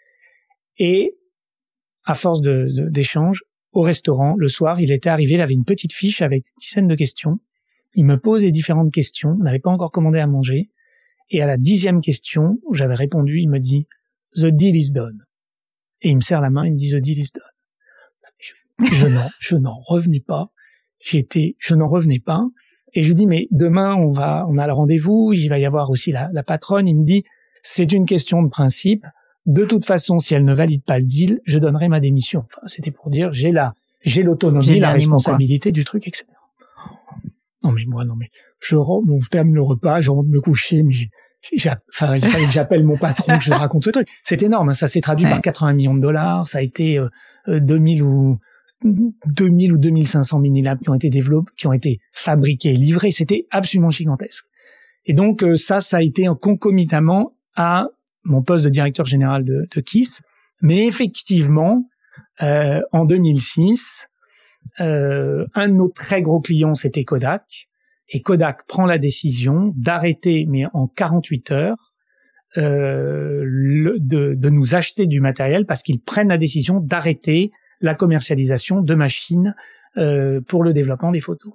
B: Et à force de, de, d'échanges, au restaurant, le soir, il était arrivé, il avait une petite fiche avec une dizaine de questions. Il me posait différentes questions. On n'avait pas encore commandé à manger. Et à la dixième question, où j'avais répondu, il me dit « The deal is done ». Et il me serre la main, il me dit « The deal is done ». Je, je n'en, je n'en revenais pas. J'étais, je n'en revenais pas. Et je lui dis, mais demain, on va, on a le rendez-vous. Il va y avoir aussi la, la patronne. Il me dit, c'est une question de principe. De toute façon, si elle ne valide pas le deal, je donnerai ma démission. Enfin, c'était pour dire, j'ai la, j'ai l'autonomie, j'ai la responsabilité du truc, et cetera. Non, mais moi, non, mais je rentre, on termine le repas, je rentre me coucher, mais j'ai, j'ai, enfin, il fallait que j'appelle mon patron, que je raconte ce truc. C'est énorme, hein, ça s'est traduit ouais. par quatre-vingts millions de dollars. Ça a été euh, deux mille ou deux mille ou deux mille cinq cents mini-labs qui ont été développés, qui ont été fabriqués, livrés. C'était absolument gigantesque. Et donc euh, ça, ça a été concomitamment à mon poste de directeur général de, de Kiss. Mais effectivement, euh, en deux mille six, euh, un de nos très gros clients, c'était Kodak. Et Kodak prend la décision d'arrêter, mais en quarante-huit heures, euh, le, de, de nous acheter du matériel parce qu'ils prennent la décision d'arrêter la commercialisation de machines euh, pour le développement des photos.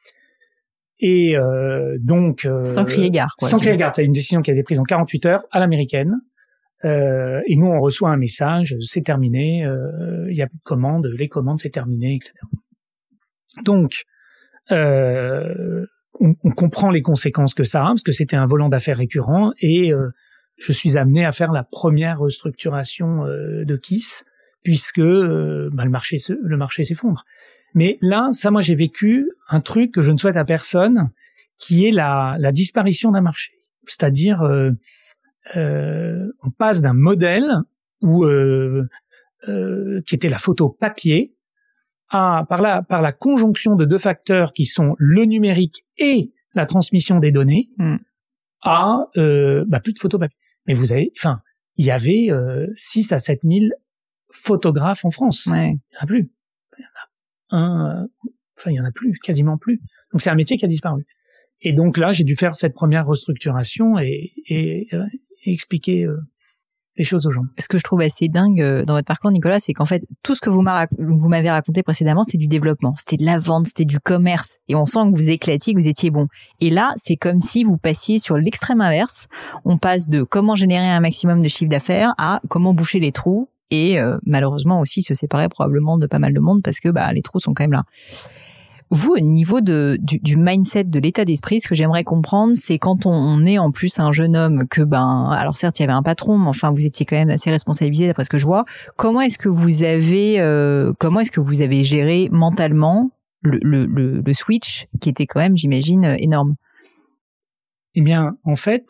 B: Et euh, donc... Euh,
A: sans crier gare, quoi.
B: Sans crier gare, c'est une décision qui a été prise en quarante-huit heures à l'américaine. Euh, et nous, on reçoit un message, c'est terminé, il euh, n'y a plus de commandes, les commandes, c'est terminé, et cetera. Donc, euh, on, on comprend les conséquences que ça a, parce que c'était un volant d'affaires récurrent, et euh, je suis amené à faire la première restructuration euh, de Kiss, puisque euh, bah, le marché se, le marché s'effondre. Mais là, ça, moi, j'ai vécu un truc que je ne souhaite à personne, qui est la, la disparition d'un marché. C'est-à-dire, euh, euh, on passe d'un modèle où euh, euh, qui était la photo papier, à par la par la conjonction de deux facteurs qui sont le numérique et la transmission des données, mm. à euh, bah, plus de photos papier. Mais vous avez, enfin, il y avait euh, six à sept mille photographes en France.
A: Ouais.
B: Il n'y en a plus. Il y en a un, euh, enfin, il y en a plus, quasiment plus. Donc, c'est un métier qui a disparu. Et donc là, j'ai dû faire cette première restructuration et, et, euh, et expliquer euh, les choses aux gens.
A: Ce que je trouve assez dingue euh, dans votre parcours, Nicolas, c'est qu'en fait, tout ce que vous, m'a, vous m'avez raconté précédemment, c'était du développement, c'était de la vente, c'était du commerce. Et on sent que vous éclatiez, que vous étiez bon. Et là, c'est comme si vous passiez sur l'extrême inverse. On passe de comment générer un maximum de chiffre d'affaires à comment boucher les trous. Et euh, malheureusement aussi se séparer probablement de pas mal de monde parce que bah les trous sont quand même là. Vous, au niveau de du, du mindset, de l'état d'esprit, ce que j'aimerais comprendre, c'est quand on, on est en plus un jeune homme que ben alors certes il y avait un patron, mais enfin vous étiez quand même assez responsabilisé d'après ce que je vois. Comment est-ce que vous avez euh, comment est-ce que vous avez géré mentalement le, le le le switch qui était quand même, j'imagine, énorme?
B: Eh bien, en fait,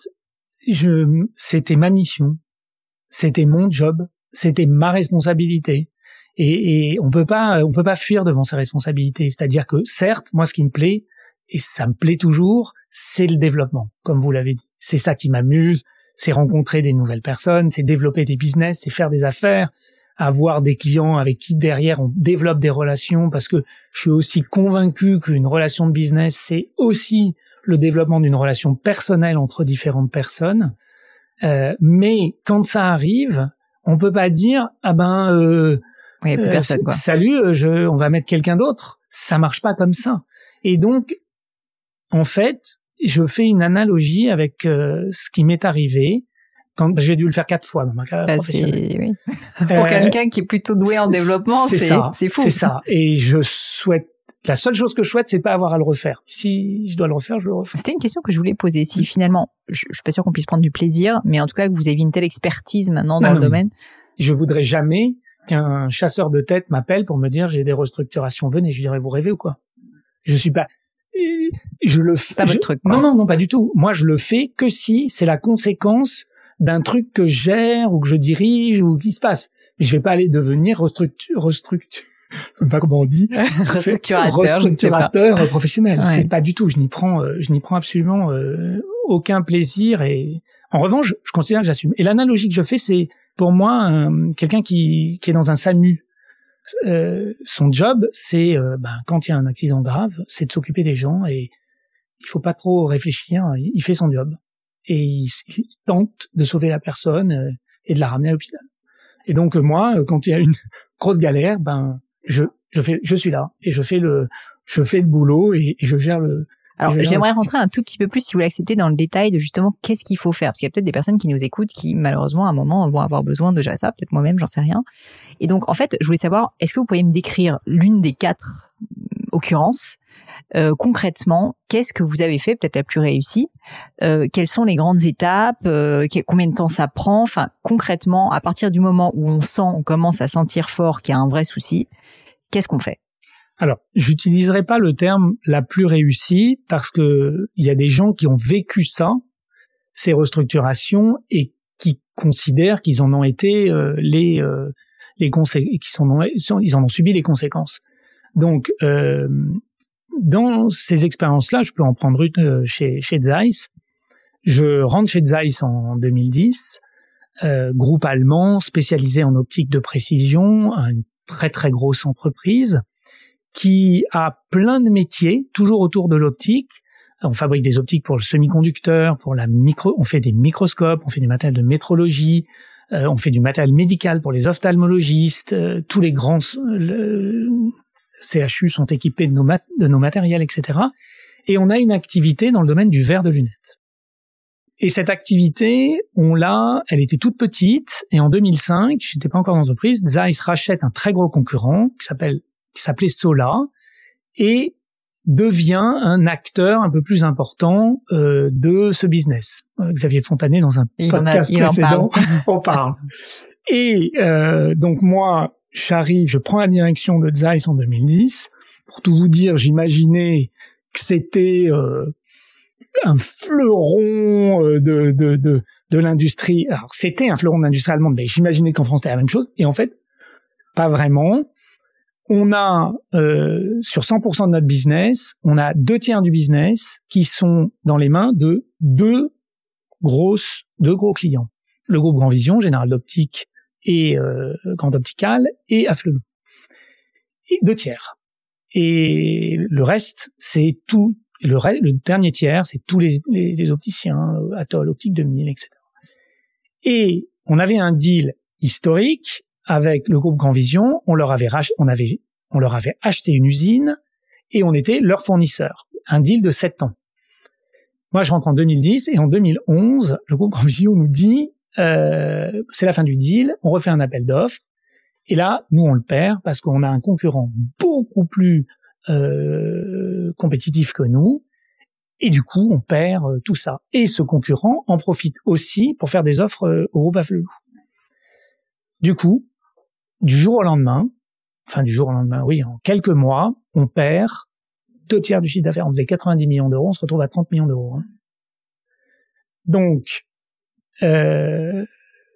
B: je c'était ma mission, c'était mon job. C'était ma responsabilité et, et on peut pas on peut pas fuir devant ses responsabilités. C'est-à-dire que certes, moi ce qui me plaît et ça me plaît toujours, c'est le développement, comme vous l'avez dit. C'est ça qui m'amuse, c'est rencontrer des nouvelles personnes, c'est développer des business, c'est faire des affaires, avoir des clients avec qui derrière on développe des relations. Parce que je suis aussi convaincu qu'une relation de business c'est aussi le développement d'une relation personnelle entre différentes personnes. Euh, mais quand ça arrive, on peut pas dire ah ben euh,
A: oui, y a plus personne, quoi.
B: Salut, je, on va mettre quelqu'un d'autre. Ça marche pas comme ça. Et donc, en fait, je fais une analogie avec euh, ce qui m'est arrivé quand j'ai dû le faire quatre fois dans ma carrière bah, professionnelle.
A: C'est, oui. Pour euh, quelqu'un qui est plutôt doué en développement, c'est, c'est, ça, c'est fou.
B: C'est ça. Et je souhaite. La seule chose que je souhaite, c'est pas avoir à le refaire. Si je dois le refaire, je le refais.
A: C'était une question que je voulais poser. Si finalement, je, je suis pas sûr qu'on puisse prendre du plaisir, mais en tout cas que vous aviez une telle expertise maintenant dans non, le non. domaine.
B: Je voudrais jamais qu'un chasseur de tête m'appelle pour me dire j'ai des restructurations, venez. Je dirais, vous rêvez ou quoi? Je suis pas, je le fais.
A: C'est pas
B: je,
A: votre truc, quoi.
B: Non, non, non, pas du tout. Moi, je le fais que si c'est la conséquence d'un truc que je gère ou que je dirige ou qui se passe. Mais je vais pas aller devenir restructure, restructure. Je sais pas comment on dit.
A: restructurateur,
B: restructurateur professionnel.
A: Ouais.
B: C'est pas du tout. Je n'y prends, euh, je n'y prends absolument euh, aucun plaisir. Et en revanche, je considère que j'assume. Et l'analogie que je fais, c'est pour moi euh, quelqu'un qui, qui est dans un SAMU. Euh, son job, c'est euh, ben, quand il y a un accident grave, c'est de s'occuper des gens et il faut pas trop réfléchir. Il fait son job et il, il tente de sauver la personne euh, et de la ramener à l'hôpital. Et donc moi, quand il y a une grosse galère, ben je je fais je suis là et je fais le je fais le boulot et, et je gère le.
A: Alors,
B: je gère
A: j'aimerais
B: le...
A: rentrer un tout petit peu plus, si vous l'acceptez, dans le détail de justement qu'est-ce qu'il faut faire, parce qu'il y a peut-être des personnes qui nous écoutent qui malheureusement à un moment vont avoir besoin de gérer ça, peut-être moi-même, j'en sais rien. Et donc en fait, je voulais savoir, est-ce que vous pourriez me décrire l'une des quatre occurrences euh, concrètement, qu'est-ce que vous avez fait, peut-être la plus réussie, euh, quelles sont les grandes étapes, euh, combien de temps ça prend, enfin concrètement, à partir du moment où on sent, on commence à sentir fort qu'il y a un vrai souci, qu'est-ce qu'on fait?
B: Alors, j'utiliserai pas le terme la plus réussie parce que il y a des gens qui ont vécu ça, ces restructurations, et qui considèrent qu'ils en ont été euh, les euh, les conséquences, qu'ils en ont, ils en ont subi les conséquences. Donc, euh, dans ces expériences-là, je peux en prendre une euh, chez chez Zeiss. Je rentre chez Zeiss en deux mille dix, euh, groupe allemand spécialisé en optique de précision, une très très grosse entreprise qui a plein de métiers, toujours autour de l'optique. On fabrique des optiques pour le semi-conducteur, pour la micro, on fait des microscopes, on fait du matériel de métrologie, euh, on fait du matériel médical pour les ophtalmologistes, euh, tous les grands le, C H U sont équipés de nos, mat- de nos matériels, et cetera. Et on a une activité dans le domaine du verre de lunettes. Et cette activité, on l'a, elle était toute petite, et en deux mille cinq, j'étais pas encore dans l'entreprise, Zeiss rachète un très gros concurrent qui s'appelle qui s'appelait Sola, et devient un acteur un peu plus important euh, de ce business. Xavier Fontanet, dans un
A: il
B: podcast
A: en a,
B: précédent,
A: en parle.
B: on parle. Et euh, donc moi, j'arrive, je prends la direction de Zeiss en deux mille dix. Pour tout vous dire, j'imaginais que c'était euh, un fleuron euh, de, de, de, de l'industrie. Alors, c'était un fleuron de l'industrie allemande, mais j'imaginais qu'en France, c'était la même chose. Et en fait, pas vraiment. On a, euh, sur cent pour cent de notre business, on a deux tiers du business qui sont dans les mains de deux grosses, deux gros clients. Le groupe Grand Vision, Général d'Optique et euh, Grand Optical, et Afflelou. Et deux tiers. Et le reste, c'est tout. Le, reste, le dernier tiers, c'est tous les, les, les opticiens, Atoll, Optique deux mille, et cetera. Et on avait un deal historique avec le groupe Grand Vision. On leur avait rach- on avait, on leur avait acheté une usine et on était leur fournisseur. Un deal de sept ans. Moi, je rentre en deux mille dix et en deux mille onze, le groupe Grand Vision nous dit euh, c'est la fin du deal, on refait un appel d'offres. Et là, nous, on le perd parce qu'on a un concurrent beaucoup plus euh, compétitif que nous. Et du coup, on perd euh, tout ça. Et ce concurrent en profite aussi pour faire des offres euh, au groupe Afflelou. Du coup, du jour au lendemain, enfin du jour au lendemain, oui, en quelques mois, on perd deux tiers du chiffre d'affaires. On faisait quatre-vingt-dix millions d'euros, on se retrouve à trente millions d'euros. Hein. Donc, euh,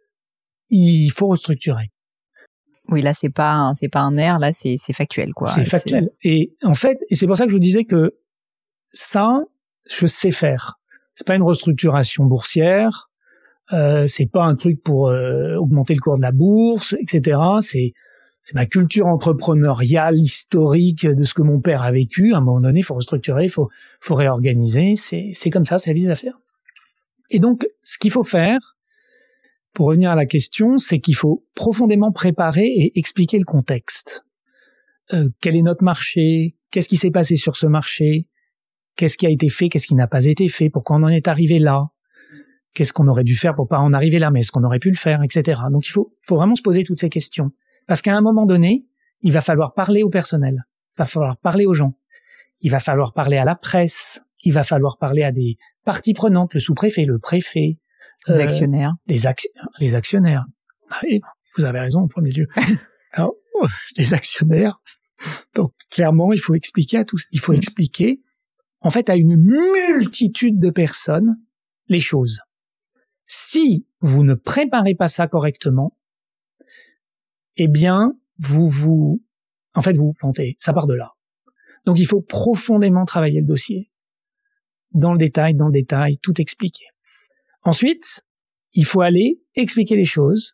B: il faut restructurer.
A: Oui, là, c'est pas un, c'est pas un air, là, c'est, c'est factuel, quoi.
B: C'est factuel. C'est... Et en fait, et c'est pour ça que je vous disais que ça, je sais faire. C'est pas une restructuration boursière. Euh, c'est pas un truc pour euh, augmenter le cours de la bourse, et cetera. C'est c'est ma culture entrepreneuriale historique de ce que mon père a vécu. À un moment donné, il faut restructurer, il faut faut réorganiser. C'est c'est comme ça, c'est la vie des affaires. Et donc, ce qu'il faut faire, pour revenir à la question, c'est qu'il faut profondément préparer et expliquer le contexte. Euh, quel est notre marché? Qu'est-ce qui s'est passé sur ce marché? Qu'est-ce qui a été fait? Qu'est-ce qui n'a pas été fait? Pourquoi on en est arrivé là? Qu'est-ce qu'on aurait dû faire pour pas en arriver là, mais est-ce qu'on aurait pu le faire, et cetera. Donc il faut, faut vraiment se poser toutes ces questions. Parce qu'à un moment donné, il va falloir parler au personnel, il va falloir parler aux gens, il va falloir parler à la presse, il va falloir parler à des parties prenantes, le sous-préfet, le préfet,
A: les
B: euh,
A: actionnaires,
B: les, ac- les actionnaires. Et vous avez raison en premier lieu. Alors, les actionnaires, donc clairement, il faut expliquer à tous, il faut mmh. expliquer, en fait, à une multitude de personnes, les choses. Si vous ne préparez pas ça correctement, eh bien, vous vous, en fait, vous vous plantez. Ça part de là. Donc, il faut profondément travailler le dossier. Dans le détail, dans le détail, tout expliquer. Ensuite, il faut aller expliquer les choses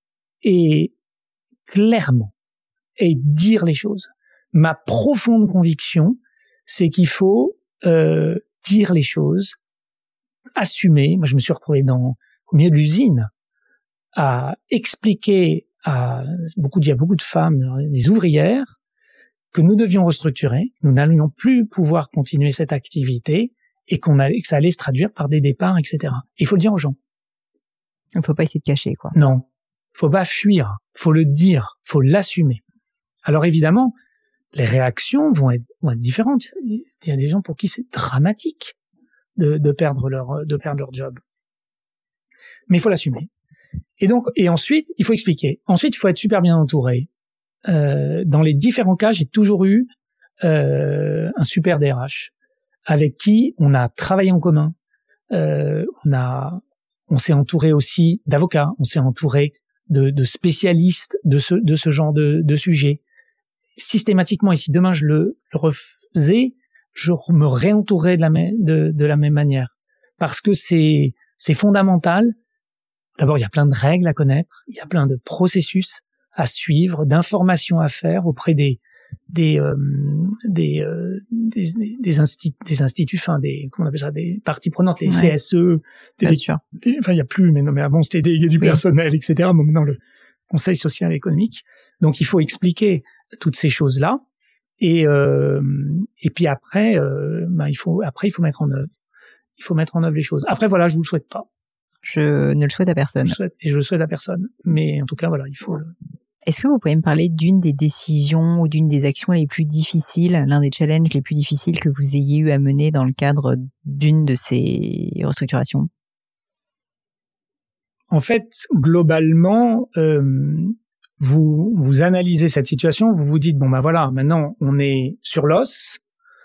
B: et clairement et dire les choses. Ma profonde conviction, c'est qu'il faut euh, dire les choses, assumer. Moi, je me suis retrouvé dans au milieu de l'usine à expliquer à beaucoup, il y a beaucoup de femmes, des ouvrières, que nous devions restructurer, nous n'allions plus pouvoir continuer cette activité et qu'on allait, que ça allait se traduire par des départs, et cetera. Il faut le dire aux gens.
A: Il ne faut pas essayer de cacher, quoi.
B: Non. Il faut pas fuir. Il faut le dire. Il faut l'assumer. Alors évidemment, les réactions vont être, vont être différentes. Il y a des gens pour qui c'est dramatique de, de perdre leur, de perdre leur job. Mais il faut l'assumer. Et donc, et ensuite, il faut expliquer. Ensuite, il faut être super bien entouré. Euh, dans les différents cas, j'ai toujours eu euh, un super D R H avec qui on a travaillé en commun. Euh, on a, on s'est entouré aussi d'avocats. On s'est entouré de, de spécialistes de ce, de ce genre de, de sujet. Systématiquement, et si demain je le, le refaisais, je me réentourais de la, même, de, de la même manière. Parce que c'est, c'est fondamental. D'abord, il y a plein de règles à connaître, il y a plein de processus à suivre, d'informations à faire auprès des des euh, des, euh, des des instituts, des instituts, enfin des comment on appelle ça, des parties prenantes, les ouais. C S E, des,
A: bien sûr.
B: Des, enfin il y a plus, mais non, mais avant c'était des, du oui. personnel, et cetera. Bon, maintenant le Conseil social et économique. Donc il faut expliquer toutes ces choses là, et euh, et puis après, euh, ben il faut après il faut mettre en œuvre, il faut mettre en œuvre les choses. Après voilà, je vous le souhaite pas.
A: Je ne le souhaite à personne.
B: Je souhaite, et je le souhaite à personne. Mais en tout cas, voilà, il faut le...
A: Est-ce que vous pouvez me parler d'une des décisions ou d'une des actions les plus difficiles, l'un des challenges les plus difficiles que vous ayez eu à mener dans le cadre d'une de ces restructurations?
B: En fait, globalement, euh, vous, vous analysez cette situation, vous vous dites, bon ben voilà, maintenant on est sur l'os,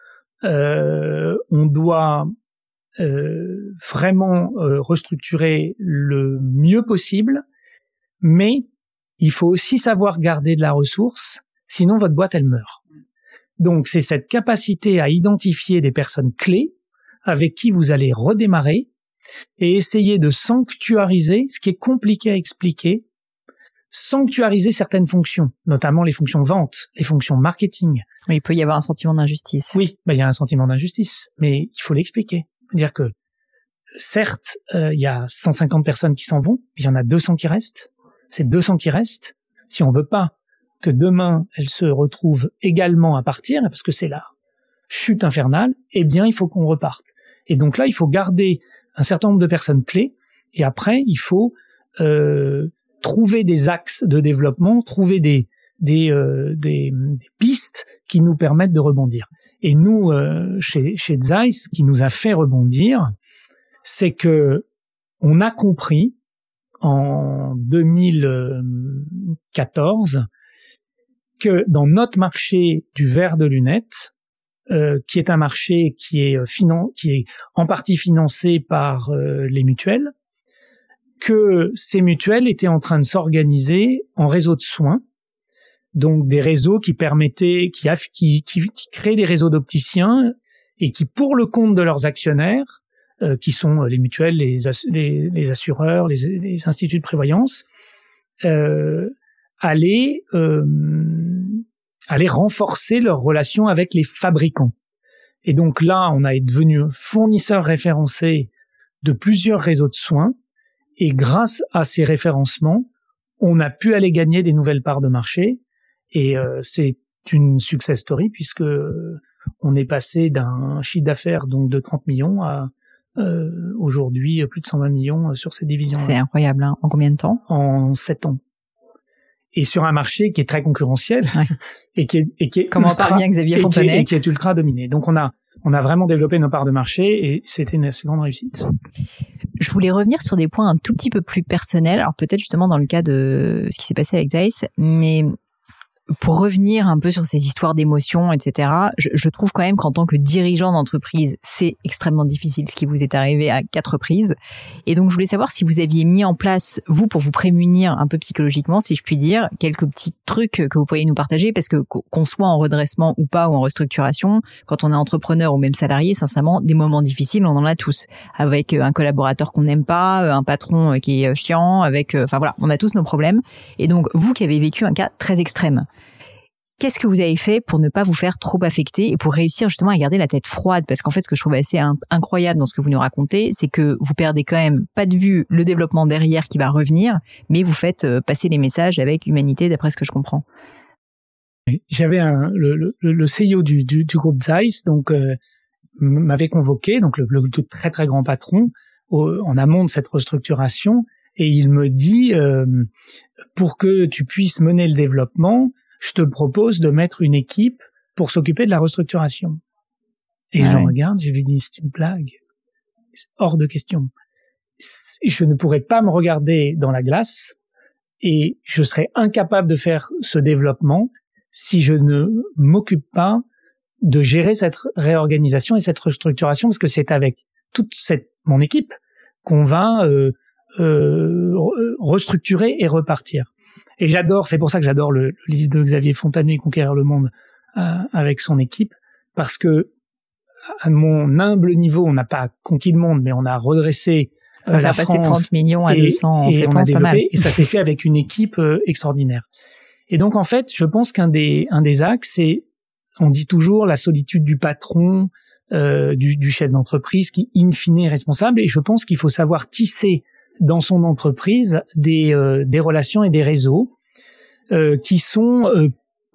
B: euh, on doit... Euh, vraiment euh, restructurer le mieux possible, mais il faut aussi savoir garder de la ressource, sinon votre boîte elle meurt. Donc c'est cette capacité à identifier des personnes clés avec qui vous allez redémarrer et essayer de sanctuariser, ce qui est compliqué à expliquer, sanctuariser certaines fonctions, notamment les fonctions vente, les fonctions marketing.
A: Oui, il peut y avoir un sentiment d'injustice.
B: Oui, ben, il y a un sentiment d'injustice, mais il faut l'expliquer. C'est-à-dire que, certes, euh, il y a cent cinquante personnes qui s'en vont, mais il y en a deux cents qui restent. Ces deux cents qui restent, si on veut pas que demain, elles se retrouvent également à partir, parce que c'est la chute infernale, eh bien, il faut qu'on reparte. Et donc là, il faut garder un certain nombre de personnes clés, et après, il faut euh, trouver des axes de développement, trouver des Des, euh, des, des pistes qui nous permettent de rebondir. Et nous, euh, chez, chez Zeiss, ce qui nous a fait rebondir, c'est que on a compris en deux mille quatorze que dans notre marché du verre de lunettes, euh, qui est un marché qui est, finan- qui est en partie financé par euh, les mutuelles, que ces mutuelles étaient en train de s'organiser en réseau de soins. Donc des réseaux qui permettaient, qui, qui, qui, qui créent des réseaux d'opticiens et qui, pour le compte de leurs actionnaires, euh, qui sont les mutuelles, les, ass- les, les assureurs, les, les instituts de prévoyance, euh, allaient, euh, allaient renforcer leurs relations avec les fabricants. Et donc là, on est devenu fournisseur référencé de plusieurs réseaux de soins, et grâce à ces référencements, on a pu aller gagner des nouvelles parts de marché. Et euh, c'est une success story puisque euh, on est passé d'un chiffre d'affaires donc de trente millions à euh, aujourd'hui plus de cent vingt millions sur cette division.
A: C'est incroyable, hein. En combien de temps?
B: En sept ans. Et sur un marché qui est très concurrentiel, ouais. et qui est, et qui est
A: comment ultra, parle bien Xavier Fontenay,
B: et qui, est, et qui est ultra dominé. Donc on a on a vraiment développé nos parts de marché et c'était une assez grande réussite.
A: Je voulais revenir sur des points un tout petit peu plus personnels. Alors peut-être justement dans le cas de ce qui s'est passé avec Zeiss, mais pour revenir un peu sur ces histoires d'émotions, et cetera, je, je trouve quand même qu'en tant que dirigeant d'entreprise, c'est extrêmement difficile ce qui vous est arrivé à quatre reprises. Et donc, je voulais savoir si vous aviez mis en place, vous, pour vous prémunir un peu psychologiquement, si je puis dire, quelques petits trucs que vous pourriez nous partager, parce que qu'on soit en redressement ou pas, ou en restructuration, quand on est entrepreneur ou même salarié, sincèrement, des moments difficiles, on en a tous. Avec un collaborateur qu'on n'aime pas, un patron qui est chiant, avec, enfin voilà, on a tous nos problèmes. Et donc, vous qui avez vécu un cas très extrême, qu'est-ce que vous avez fait pour ne pas vous faire trop affecter et pour réussir justement à garder la tête froide? Parce qu'en fait, ce que je trouve assez incroyable dans ce que vous nous racontez, c'est que vous perdez quand même pas de vue le développement derrière qui va revenir, mais vous faites passer les messages avec humanité, d'après ce que je comprends.
B: J'avais un, le, le, le C E O du, du, du groupe Zeiss, donc euh, m'avait convoqué, donc le, le très très grand patron, au, en amont de cette restructuration, et il me dit euh, pour que tu puisses mener le développement, je te propose de mettre une équipe pour s'occuper de la restructuration. Et ouais. Je le regarde, je lui dis, c'est une blague. C'est hors de question. Je ne pourrais pas me regarder dans la glace et je serais incapable de faire ce développement si je ne m'occupe pas de gérer cette réorganisation et cette restructuration, parce que c'est avec toute cette, mon équipe qu'on va euh, euh, restructurer et repartir. Et j'adore, c'est pour ça que j'adore le, le livre de Xavier Fontanet, Conquérir le monde, euh, avec son équipe, parce que à mon humble niveau, on n'a pas conquis le monde, mais on a redressé euh,
A: ça
B: la
A: a passé
B: France
A: trente millions à
B: et,
A: deux cents,
B: et on a développé,
A: pas mal.
B: Et ça s'est fait avec une équipe euh, extraordinaire. Et donc en fait, je pense qu'un des un des axes, c'est, on dit toujours la solitude du patron, euh, du, du chef d'entreprise, qui in fine est responsable. Et je pense qu'il faut savoir tisser dans son entreprise des euh, des relations et des réseaux euh, qui sont euh,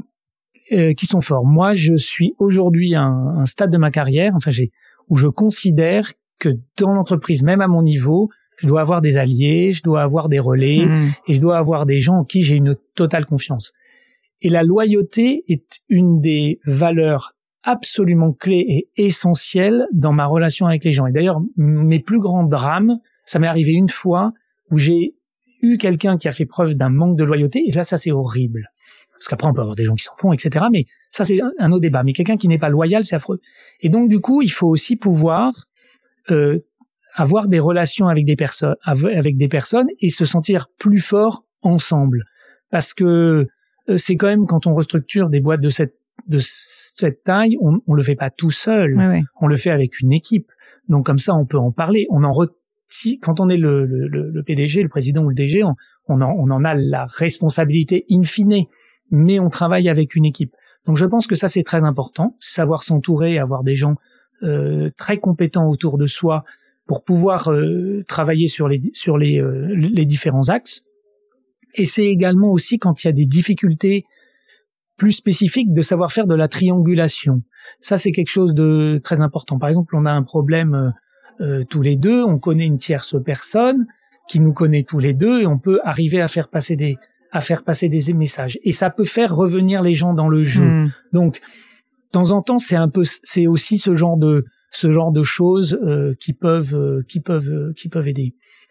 B: euh, qui sont forts. Moi, je suis aujourd'hui à un, un stade de ma carrière, enfin j'ai où je considère que dans l'entreprise, même à mon niveau, je dois avoir des alliés, je dois avoir des relais mmh. et je dois avoir des gens en qui j'ai une totale confiance. Et la loyauté est une des valeurs absolument clés et essentielles dans ma relation avec les gens. Et d'ailleurs, mes plus grands drames, ça m'est arrivé une fois où j'ai eu quelqu'un qui a fait preuve d'un manque de loyauté, et là, ça, c'est horrible. Parce qu'après, on peut avoir des gens qui s'en font, et cetera. Mais ça, c'est un autre débat. Mais quelqu'un qui n'est pas loyal, c'est affreux. Et donc, du coup, il faut aussi pouvoir euh, avoir des relations avec des personnes, avec des personnes, et se sentir plus fort ensemble. Parce que euh, c'est quand même quand on restructure des boîtes de cette de cette taille, on, on le fait pas tout seul.
A: Ouais, ouais.
B: On le fait avec une équipe. Donc comme ça, on peut en parler. On en re- Quand on est le, le, le P D G, le président ou le D G, on, on, en, on en a la responsabilité in fine, mais on travaille avec une équipe. Donc je pense que ça, c'est très important, savoir s'entourer, avoir des gens euh, très compétents autour de soi pour pouvoir euh, travailler sur les, sur les, euh, les différents axes. Et c'est également aussi quand il y a des difficultés plus spécifiques de savoir faire de la triangulation. Ça, c'est quelque chose de très important. Par exemple, on a un problème... Euh, Euh, tous les deux, on connaît une tierce personne qui nous connaît tous les deux et on peut arriver à faire passer des à faire passer des messages et ça peut faire revenir les gens dans le jeu. Mmh. Donc de temps en temps, c'est un peu c'est aussi ce genre de ce genre de choses euh, qui peuvent euh, qui peuvent euh, qui peuvent aider.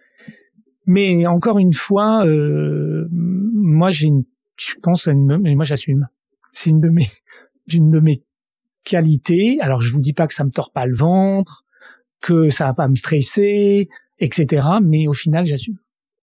B: Mais encore une fois, euh, moi j'ai une je pense une, moi j'assume. C'est une de mes une de mes qualités. Alors je vous dis pas que ça me tord pas le ventre, que ça va pas me stresser, et cetera. Mais au final, j'assume.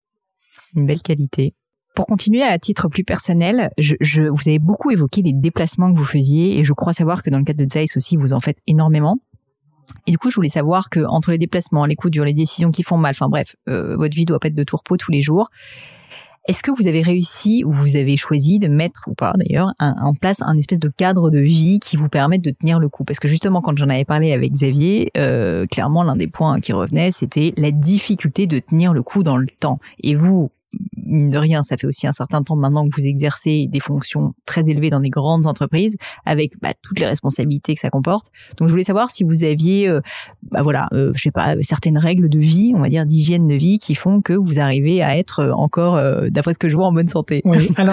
A: Une belle qualité. Pour continuer à titre plus personnel, je, je, vous avez beaucoup évoqué les déplacements que vous faisiez et je crois savoir que dans le cadre de Zeiss aussi, vous en faites énormément. Et du coup, je voulais savoir que entre les déplacements, les coups durs, les décisions qui font mal, enfin bref, euh, votre vie doit pas être de tout repos tous les jours. Est-ce que vous avez réussi ou vous avez choisi de mettre, ou pas d'ailleurs, un, en place un espèce de cadre de vie qui vous permette de tenir le coup? Parce que justement, quand j'en avais parlé avec Xavier, euh, clairement, l'un des points qui revenait, c'était la difficulté de tenir le coup dans le temps. Et vous, mine de rien, ça fait aussi un certain temps maintenant que vous exercez des fonctions très élevées dans des grandes entreprises, avec bah, toutes les responsabilités que ça comporte. Donc, je voulais savoir si vous aviez, euh, bah voilà, euh, je sais pas, certaines règles de vie, on va dire d'hygiène de vie, qui font que vous arrivez à être encore, euh, d'après ce que je vois, en bonne santé.
B: Oui. Alors,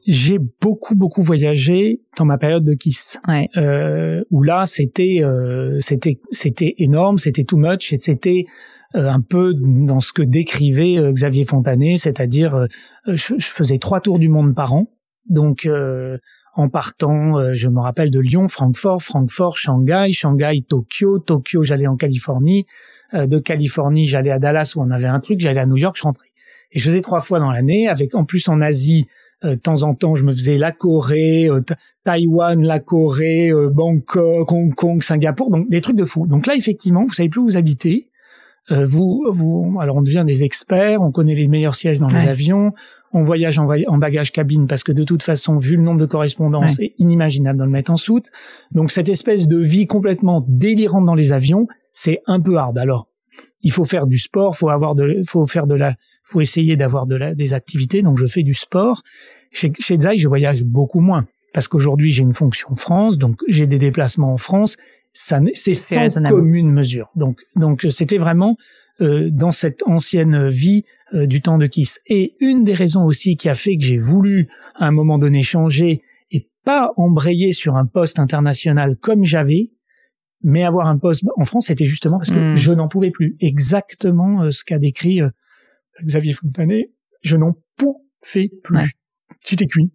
B: j'ai beaucoup beaucoup voyagé dans ma période de KISS,
A: ouais.
B: euh, où là c'était euh, c'était c'était énorme, c'était too much, et c'était euh, un peu dans ce que décrivait euh, Xavier Fontanet, c'est-à-dire euh, je, je faisais trois tours du monde par an, donc euh, en partant, euh, je me rappelle de Lyon, Francfort, Francfort, Shanghai, Shanghai, Tokyo, Tokyo, j'allais en Californie, euh, de Californie, j'allais à Dallas où on avait un truc, j'allais à New York, je rentrais. Et je faisais trois fois dans l'année, avec en plus en Asie, euh, de temps en temps, je me faisais la Corée, euh, Taïwan, la Corée, euh, Bangkok, Hong Kong, Singapour, donc des trucs de fou. Donc là, effectivement, vous savez plus où vous habitez. Euh, vous, vous, alors on devient des experts, on connaît les meilleurs sièges dans ouais. les avions, on voyage en, en bagage cabine parce que de toute façon, vu le nombre de correspondances, ouais. c'est inimaginable de le mettre en soute. Donc cette espèce de vie complètement délirante dans les avions, c'est un peu hard. Alors, il faut faire du sport, faut avoir de, faut faire de la, faut essayer d'avoir de la, des activités. Donc je fais du sport. Chez, chez Zai, je voyage beaucoup moins parce qu'aujourd'hui j'ai une fonction France, donc j'ai des déplacements en France. Ça, c'est, c'est sans commune mesure. Donc, donc c'était vraiment euh, dans cette ancienne vie euh, du temps de KISS. Et une des raisons aussi qui a fait que j'ai voulu à un moment donné changer et pas embrayer sur un poste international comme j'avais, mais avoir un poste en France, c'était justement parce que mmh. je n'en pouvais plus. Exactement euh, ce qu'a décrit euh, Xavier Fontanet. Je n'en pouvais plus. Ouais. J'étais cuit.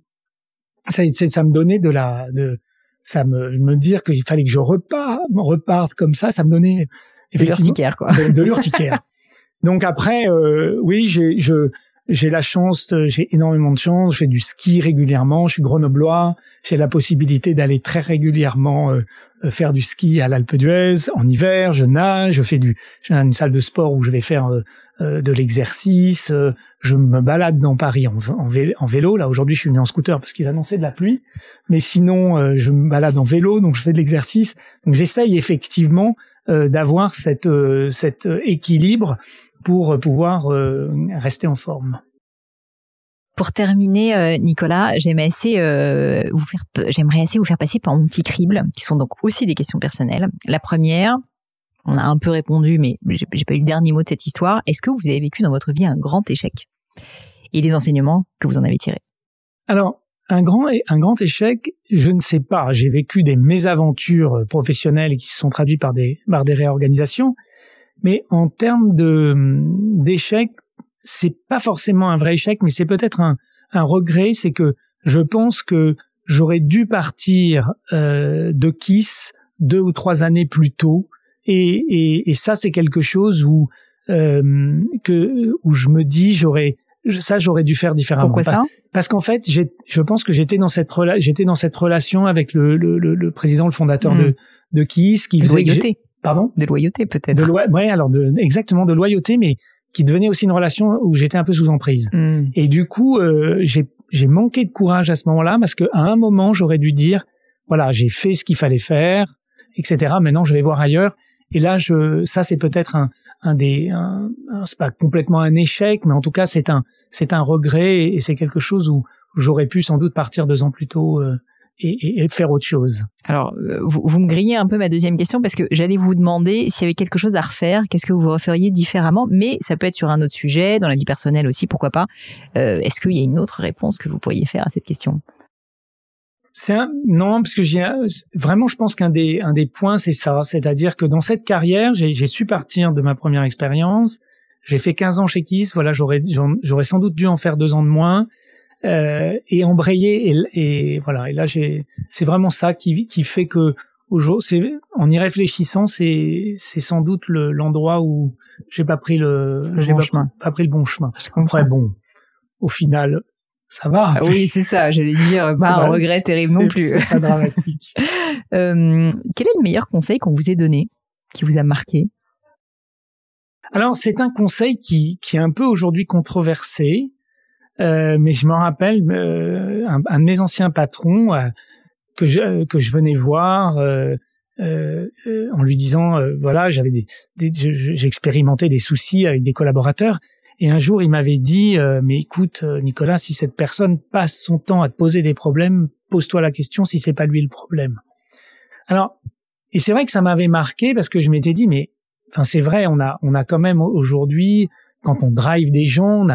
B: Ça, ça me donnait de la, de, ça me, me dire qu'il fallait que je reparte, reparte comme ça, ça me donnait
A: de l'urticaire, quoi.
B: De, de l'urticaire. Donc après, euh, oui, j'ai, je, j'ai la chance, de, j'ai énormément de chance. Je fais du ski régulièrement. Je suis grenoblois. J'ai la possibilité d'aller très régulièrement euh, faire du ski à l'Alpe d'Huez en hiver. Je nage. Je fais du. J'ai une salle de sport où je vais faire euh, euh, de l'exercice. Euh, je me balade dans Paris en, en, vélo, en vélo. Là aujourd'hui, je suis venu en scooter parce qu'ils annonçaient de la pluie. Mais sinon, euh, je me balade en vélo, donc je fais de l'exercice. Donc j'essaye effectivement euh, d'avoir cette euh, cet équilibre pour pouvoir euh, rester en forme.
A: Pour terminer, euh, Nicolas, j'aimerais assez euh, vous faire, j'aimerais assez vous faire passer par mon petit crible, qui sont donc aussi des questions personnelles. La première, on a un peu répondu, mais j'ai, j'ai pas eu le dernier mot de cette histoire. Est-ce que vous avez vécu dans votre vie un grand échec et les enseignements que vous en avez tirés?
B: Alors, un grand, un grand échec, je ne sais pas. J'ai vécu des mésaventures professionnelles qui se sont traduites par des, par des réorganisations. Mais en termes de d'échec, c'est pas forcément un vrai échec, mais c'est peut-être un, un regret. C'est que je pense que j'aurais dû partir euh, de KISS deux ou trois années plus tôt, et, et, et ça c'est quelque chose où euh, que où je me dis j'aurais ça j'aurais dû faire différemment.
A: Pourquoi ça ?
B: Parce, parce qu'en fait, j'ai, je pense que j'étais dans cette rela- j'étais dans cette relation avec le le, le, le président, le fondateur mmh. de de KISS, qui faisait
A: loyauté.
B: Pardon ?
A: De loyauté, peut-être.
B: De loi, ouais, alors de, exactement, de loyauté, mais qui devenait aussi une relation où j'étais un peu sous emprise. Mm. Et du coup, euh, j'ai, j'ai manqué de courage à ce moment-là, parce qu'à un moment, j'aurais dû dire, voilà, j'ai fait ce qu'il fallait faire, et cetera. Maintenant, je vais voir ailleurs. Et là, je, ça, c'est peut-être un, un des, un, un, c'est pas complètement un échec, mais en tout cas, c'est un, c'est un regret, et c'est quelque chose où j'aurais pu sans doute partir deux ans plus tôt. Euh, Et, et, et faire autre chose.
A: Alors, vous, vous me grillez un peu ma deuxième question parce que j'allais vous demander s'il y avait quelque chose à refaire, qu'est-ce que vous referiez différemment, mais ça peut être sur un autre sujet, dans la vie personnelle aussi, pourquoi pas. Euh, est-ce qu'il y a une autre réponse que vous pourriez faire à cette question ?
B: C'est un, non, parce que j'ai vraiment, je pense qu'un des un des points, c'est ça, c'est-à-dire que dans cette carrière, j'ai, j'ai su partir de ma première expérience. J'ai fait quinze ans chez KISS, voilà, j'aurais j'aurais sans doute dû en faire deux ans de moins. Euh, et embrayer et, et voilà, et là j'ai c'est vraiment ça qui qui fait que aujourd'hui, c'est en y réfléchissant, c'est c'est sans doute le, l'endroit où j'ai pas pris le,
A: le
B: j'ai
A: bon
B: pas,
A: chemin.
B: pas pris le bon chemin. Après bon, au final ça va.
A: Ah oui, c'est ça, j'allais dire pas un regret terrible non plus.
B: C'est pas dramatique.
A: euh, quel est le meilleur conseil qu'on vous ait donné, qui vous a marqué ?
B: Alors c'est un conseil qui qui est un peu aujourd'hui controversé. Euh, mais je me rappelle euh, un, un de mes anciens patrons euh, que je que je venais voir euh, euh, en lui disant euh, voilà, j'avais des, des j'expérimentais des soucis avec des collaborateurs, et un jour il m'avait dit euh, mais écoute Nicolas, si cette personne passe son temps à te poser des problèmes, pose-toi la question si c'est pas lui le problème. Alors, et c'est vrai que ça m'avait marqué parce que je m'étais dit mais enfin c'est vrai, on a on a quand même aujourd'hui, quand on drive des gens, on a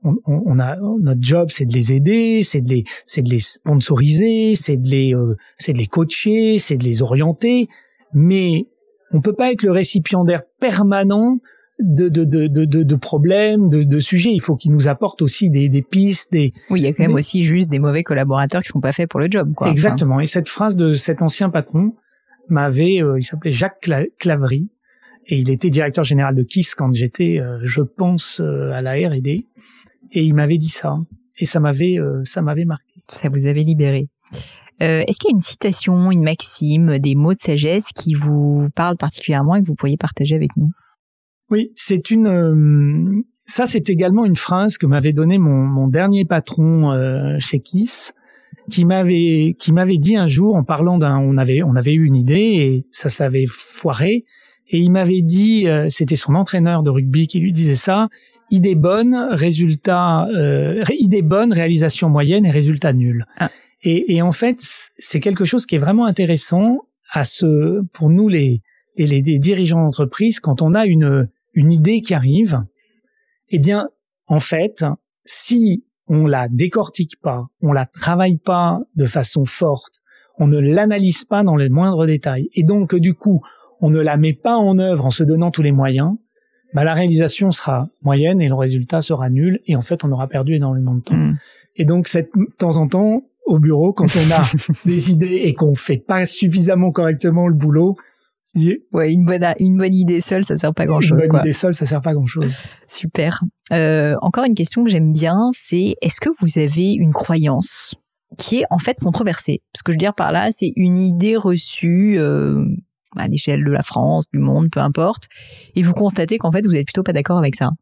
B: on, on a notre job, c'est de les aider, c'est de les, c'est de les sponsoriser, c'est de les, euh, c'est de les coacher, c'est de les orienter, mais on peut pas être le récipiendaire permanent de de de de de, de problèmes, de, de sujets. Il faut qu'ils nous apportent aussi des des pistes, des.
A: Oui, il y a quand même
B: des...
A: aussi juste des mauvais collaborateurs qui sont pas faits pour le job, quoi.
B: Exactement. Enfin. Et cette phrase de cet ancien patron m'avait, euh, il s'appelait Jacques Cla- Claverie. Et il était directeur général de Kiss quand j'étais, euh, je pense, euh, à la R et D. Et il m'avait dit ça. Et ça m'avait, euh, ça m'avait marqué.
A: Ça vous avait libéré. Euh, est-ce qu'il y a une citation, une maxime, des mots de sagesse qui vous parlent particulièrement et que vous pourriez partager avec nous?
B: Oui, c'est une. Euh, ça, c'est également une phrase que m'avait donnée mon, mon dernier patron euh, chez Kiss, qui m'avait, qui m'avait dit un jour en parlant d'un. On avait, on avait eu une idée et ça s'avait foiré. Et il m'avait dit, euh, c'était son entraîneur de rugby qui lui disait ça, idée bonne, résultat, euh, idée bonne, réalisation moyenne et résultat nul. Ah. Et, et en fait, c'est quelque chose qui est vraiment intéressant à ce, pour nous les, les, les dirigeants d'entreprise, quand on a une, une idée qui arrive, eh bien, en fait, si on la décortique pas, on la travaille pas de façon forte, on ne l'analyse pas dans les moindres détails, et donc du coup, on ne la met pas en œuvre en se donnant tous les moyens, bah la réalisation sera moyenne et le résultat sera nul, et en fait, on aura perdu énormément de temps. Mmh. Et donc, cette, de temps en temps, au bureau, quand on a des idées et qu'on fait pas suffisamment correctement le boulot,
A: ouais, une bonne une bonne idée seule, ça sert pas grand chose.
B: Une bonne
A: quoi.
B: idée seule, ça sert pas grand chose.
A: Super. Euh, encore une question que j'aime bien, c'est est-ce que vous avez une croyance qui est en fait controversée? Ce que je veux dire par là, c'est une idée reçue euh, à l'échelle de la France, du monde, peu importe, et vous constatez qu'en fait vous êtes plutôt pas d'accord avec ça.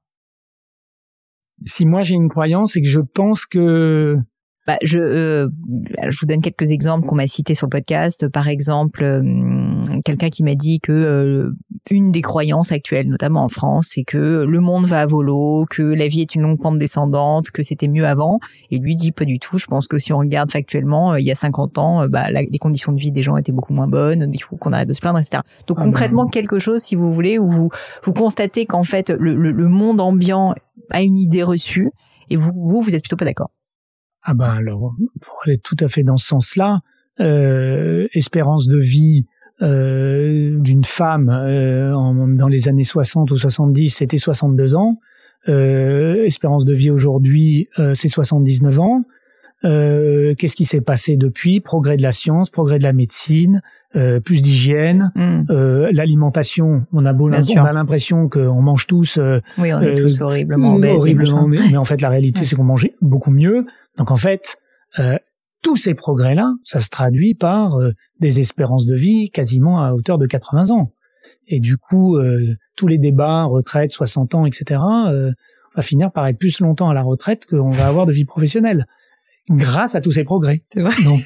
B: Si moi j'ai une croyance, c'est que je pense que
A: Bah, je, euh, je vous donne quelques exemples qu'on m'a cités sur le podcast. Par exemple, euh, quelqu'un qui m'a dit que euh, une des croyances actuelles, notamment en France, c'est que le monde va à volo, que la vie est une longue pente descendante, que c'était mieux avant. Et lui dit pas du tout. Je pense que si on regarde factuellement, euh, il y a cinquante ans, euh, bah, la, les conditions de vie des gens étaient beaucoup moins bonnes. Il faut qu'on arrête de se plaindre, et cetera. Donc ah concrètement, ben... quelque chose, si vous voulez, où vous vous constatez qu'en fait le, le, le monde ambiant a une idée reçue et vous vous, vous êtes plutôt pas d'accord.
B: Ah ben alors, pour aller tout à fait dans ce sens-là, euh, espérance de vie euh, d'une femme euh, en, dans les années soixante ou soixante-dix, c'était soixante-deux ans. Euh, espérance de vie aujourd'hui, euh, c'est soixante-dix-neuf ans. Euh, qu'est-ce qui s'est passé depuis? Progrès de la science, progrès de la médecine, euh, plus d'hygiène, mmh. euh, l'alimentation. On a beau, on a l'impression qu'on mange tous. Euh,
A: oui, on est euh, tous horriblement obèses.
B: Horriblement, mais, mais en fait, la réalité, ouais. c'est qu'on mange beaucoup mieux. Donc en fait, euh, tous ces progrès-là, ça se traduit par euh, des espérances de vie quasiment à hauteur de quatre-vingts ans. Et du coup, euh, tous les débats, retraite, soixante ans, et cetera, euh, on va finir par être plus longtemps à la retraite qu'on va avoir de vie professionnelle. Grâce à tous ces progrès.
A: C'est vrai. Donc.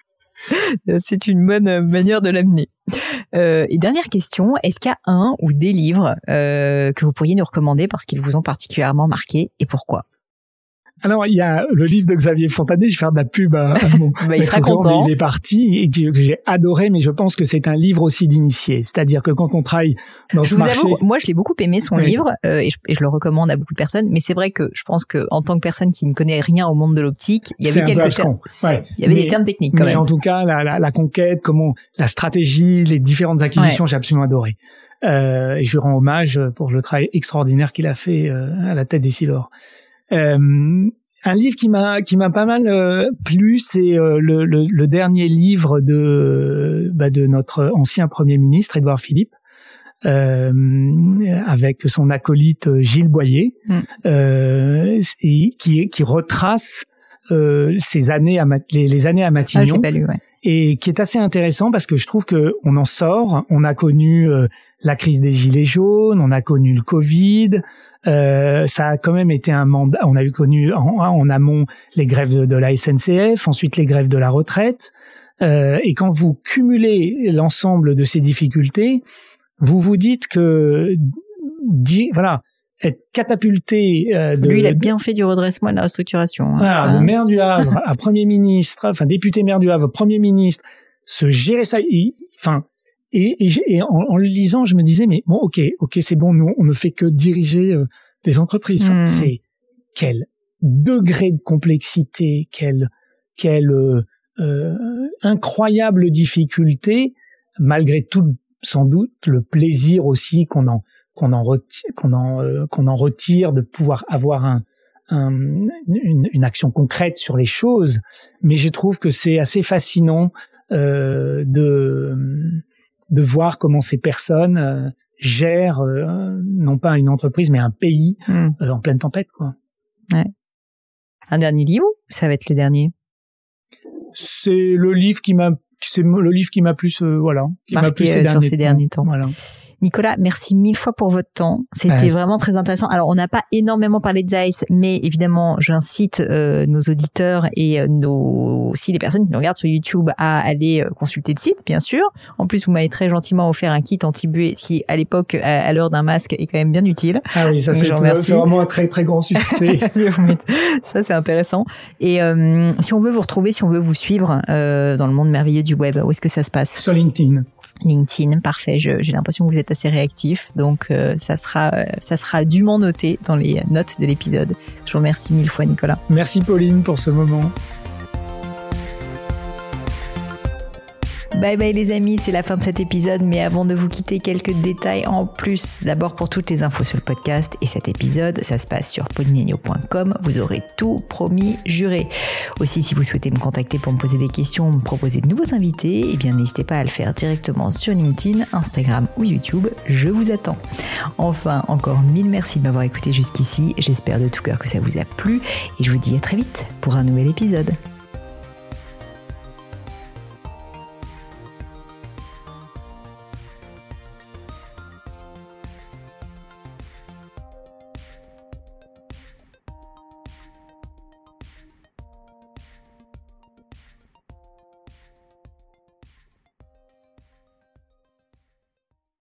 A: C'est une bonne manière de l'amener. Euh, et dernière question, est-ce qu'il y a un ou des livres euh, que vous pourriez nous recommander parce qu'ils vous ont particulièrement marqué et pourquoi?
B: Alors, il y a le livre de Xavier Fontanier, je vais faire de la pub à, à mon
A: bah, il sera content.
B: Mais il est parti et que, que j'ai adoré, mais je pense que c'est un livre aussi d'initié. C'est-à-dire que quand on travaille dans
A: je
B: ce
A: vous
B: marché...
A: avoue, moi, je l'ai beaucoup aimé, son oui. livre, euh, et, je, et je le recommande à beaucoup de personnes, mais c'est vrai que je pense que en tant que personne qui ne connaît rien au monde de l'optique, il y avait quelques termes, ouais. il y avait mais, des termes techniques quand
B: mais
A: même.
B: Mais en tout cas, la, la, la conquête, comment, la stratégie, les différentes acquisitions, ouais. j'ai absolument adoré. Euh, et je lui rends hommage pour le travail extraordinaire qu'il a fait euh, à la tête d'Essilor. Euh, Un livre qui m'a qui m'a pas mal euh, plu, c'est euh, le, le, le dernier livre de bah, de notre ancien Premier ministre Édouard Philippe, euh, avec son acolyte Gilles Boyer, mm. euh, et qui qui retrace euh, ces années à les, les années à Matignon.
A: Ah, je l'ai pas lu, ouais.
B: Et qui est assez intéressant parce que je trouve que on en sort. On a connu euh, la crise des gilets jaunes, on a connu le Covid. Euh, ça a quand même été un mandat. On a eu connu en, en amont les grèves de, de la S N C F, ensuite les grèves de la retraite. Euh, et quand vous cumulez l'ensemble de ces difficultés, vous vous dites que, di, voilà, être catapulté. Euh, de,
A: Lui, il a bien fait du redressement et de la restructuration. Hein,
B: voilà,
A: ça.
B: de maire du Havre à Premier ministre, enfin député maire du Havre, Premier ministre, se gérer ça. Il, enfin. Et, et, et en, en le lisant, je me disais, mais bon, ok, ok, c'est bon, nous, on ne fait que diriger euh, des entreprises. Enfin, mmh. C'est quel degré de complexité, quelle, quelle euh, euh, incroyable difficulté, malgré tout, sans doute, le plaisir aussi qu'on en qu'on en retire, qu'on en euh, qu'on en retire de pouvoir avoir un, un une, une action concrète sur les choses. Mais je trouve que c'est assez fascinant euh, de de voir comment ces personnes euh, gèrent euh, non pas une entreprise mais un pays mmh. euh, en pleine tempête, quoi.
A: Ouais. Un dernier livre, ça va être le dernier.
B: C'est le livre qui m'a c'est le livre qui m'a plus euh, voilà, qui
A: marqué
B: m'a plus ces
A: euh,
B: derniers
A: sur ces
B: temps.
A: derniers temps.
B: Voilà.
A: Nicolas, merci mille fois pour votre temps. C'était
B: ouais,
A: vraiment très intéressant. Alors, on n'a pas énormément parlé de Zeiss, mais évidemment, j'incite euh, nos auditeurs et euh, nos aussi les personnes qui nous regardent sur YouTube à aller euh, consulter le site, bien sûr. En plus, vous m'avez très gentiment offert un kit anti-buée, ce qui, à l'époque, à, à l'heure d'un masque, est quand même bien utile.
B: Ah oui, ça c'est, tout, c'est vraiment un très très grand succès.
A: Ça, c'est intéressant. Et euh, si on veut vous retrouver, si on veut vous suivre euh, dans le monde merveilleux du web, où est-ce que ça se passe ?
B: Sur LinkedIn.
A: LinkedIn, parfait. Je, j'ai l'impression que vous êtes assez réactif, donc euh, ça sera, euh, ça sera dûment noté dans les notes de l'épisode. Je vous remercie mille fois, Nicolas.
B: Merci Pauline pour ce moment.
A: Bye bye les amis, c'est la fin de cet épisode, mais avant de vous quitter, quelques détails en plus. D'abord, pour toutes les infos sur le podcast et cet épisode, ça se passe sur pauline agneau point com. Vous aurez tout promis, juré. Aussi, si vous souhaitez me contacter pour me poser des questions, me proposer de nouveaux invités, eh bien n'hésitez pas à le faire directement sur LinkedIn, Instagram ou YouTube. Je vous attends. Enfin, encore mille merci de m'avoir écouté jusqu'ici. J'espère de tout cœur que ça vous a plu et je vous dis à très vite pour un nouvel épisode.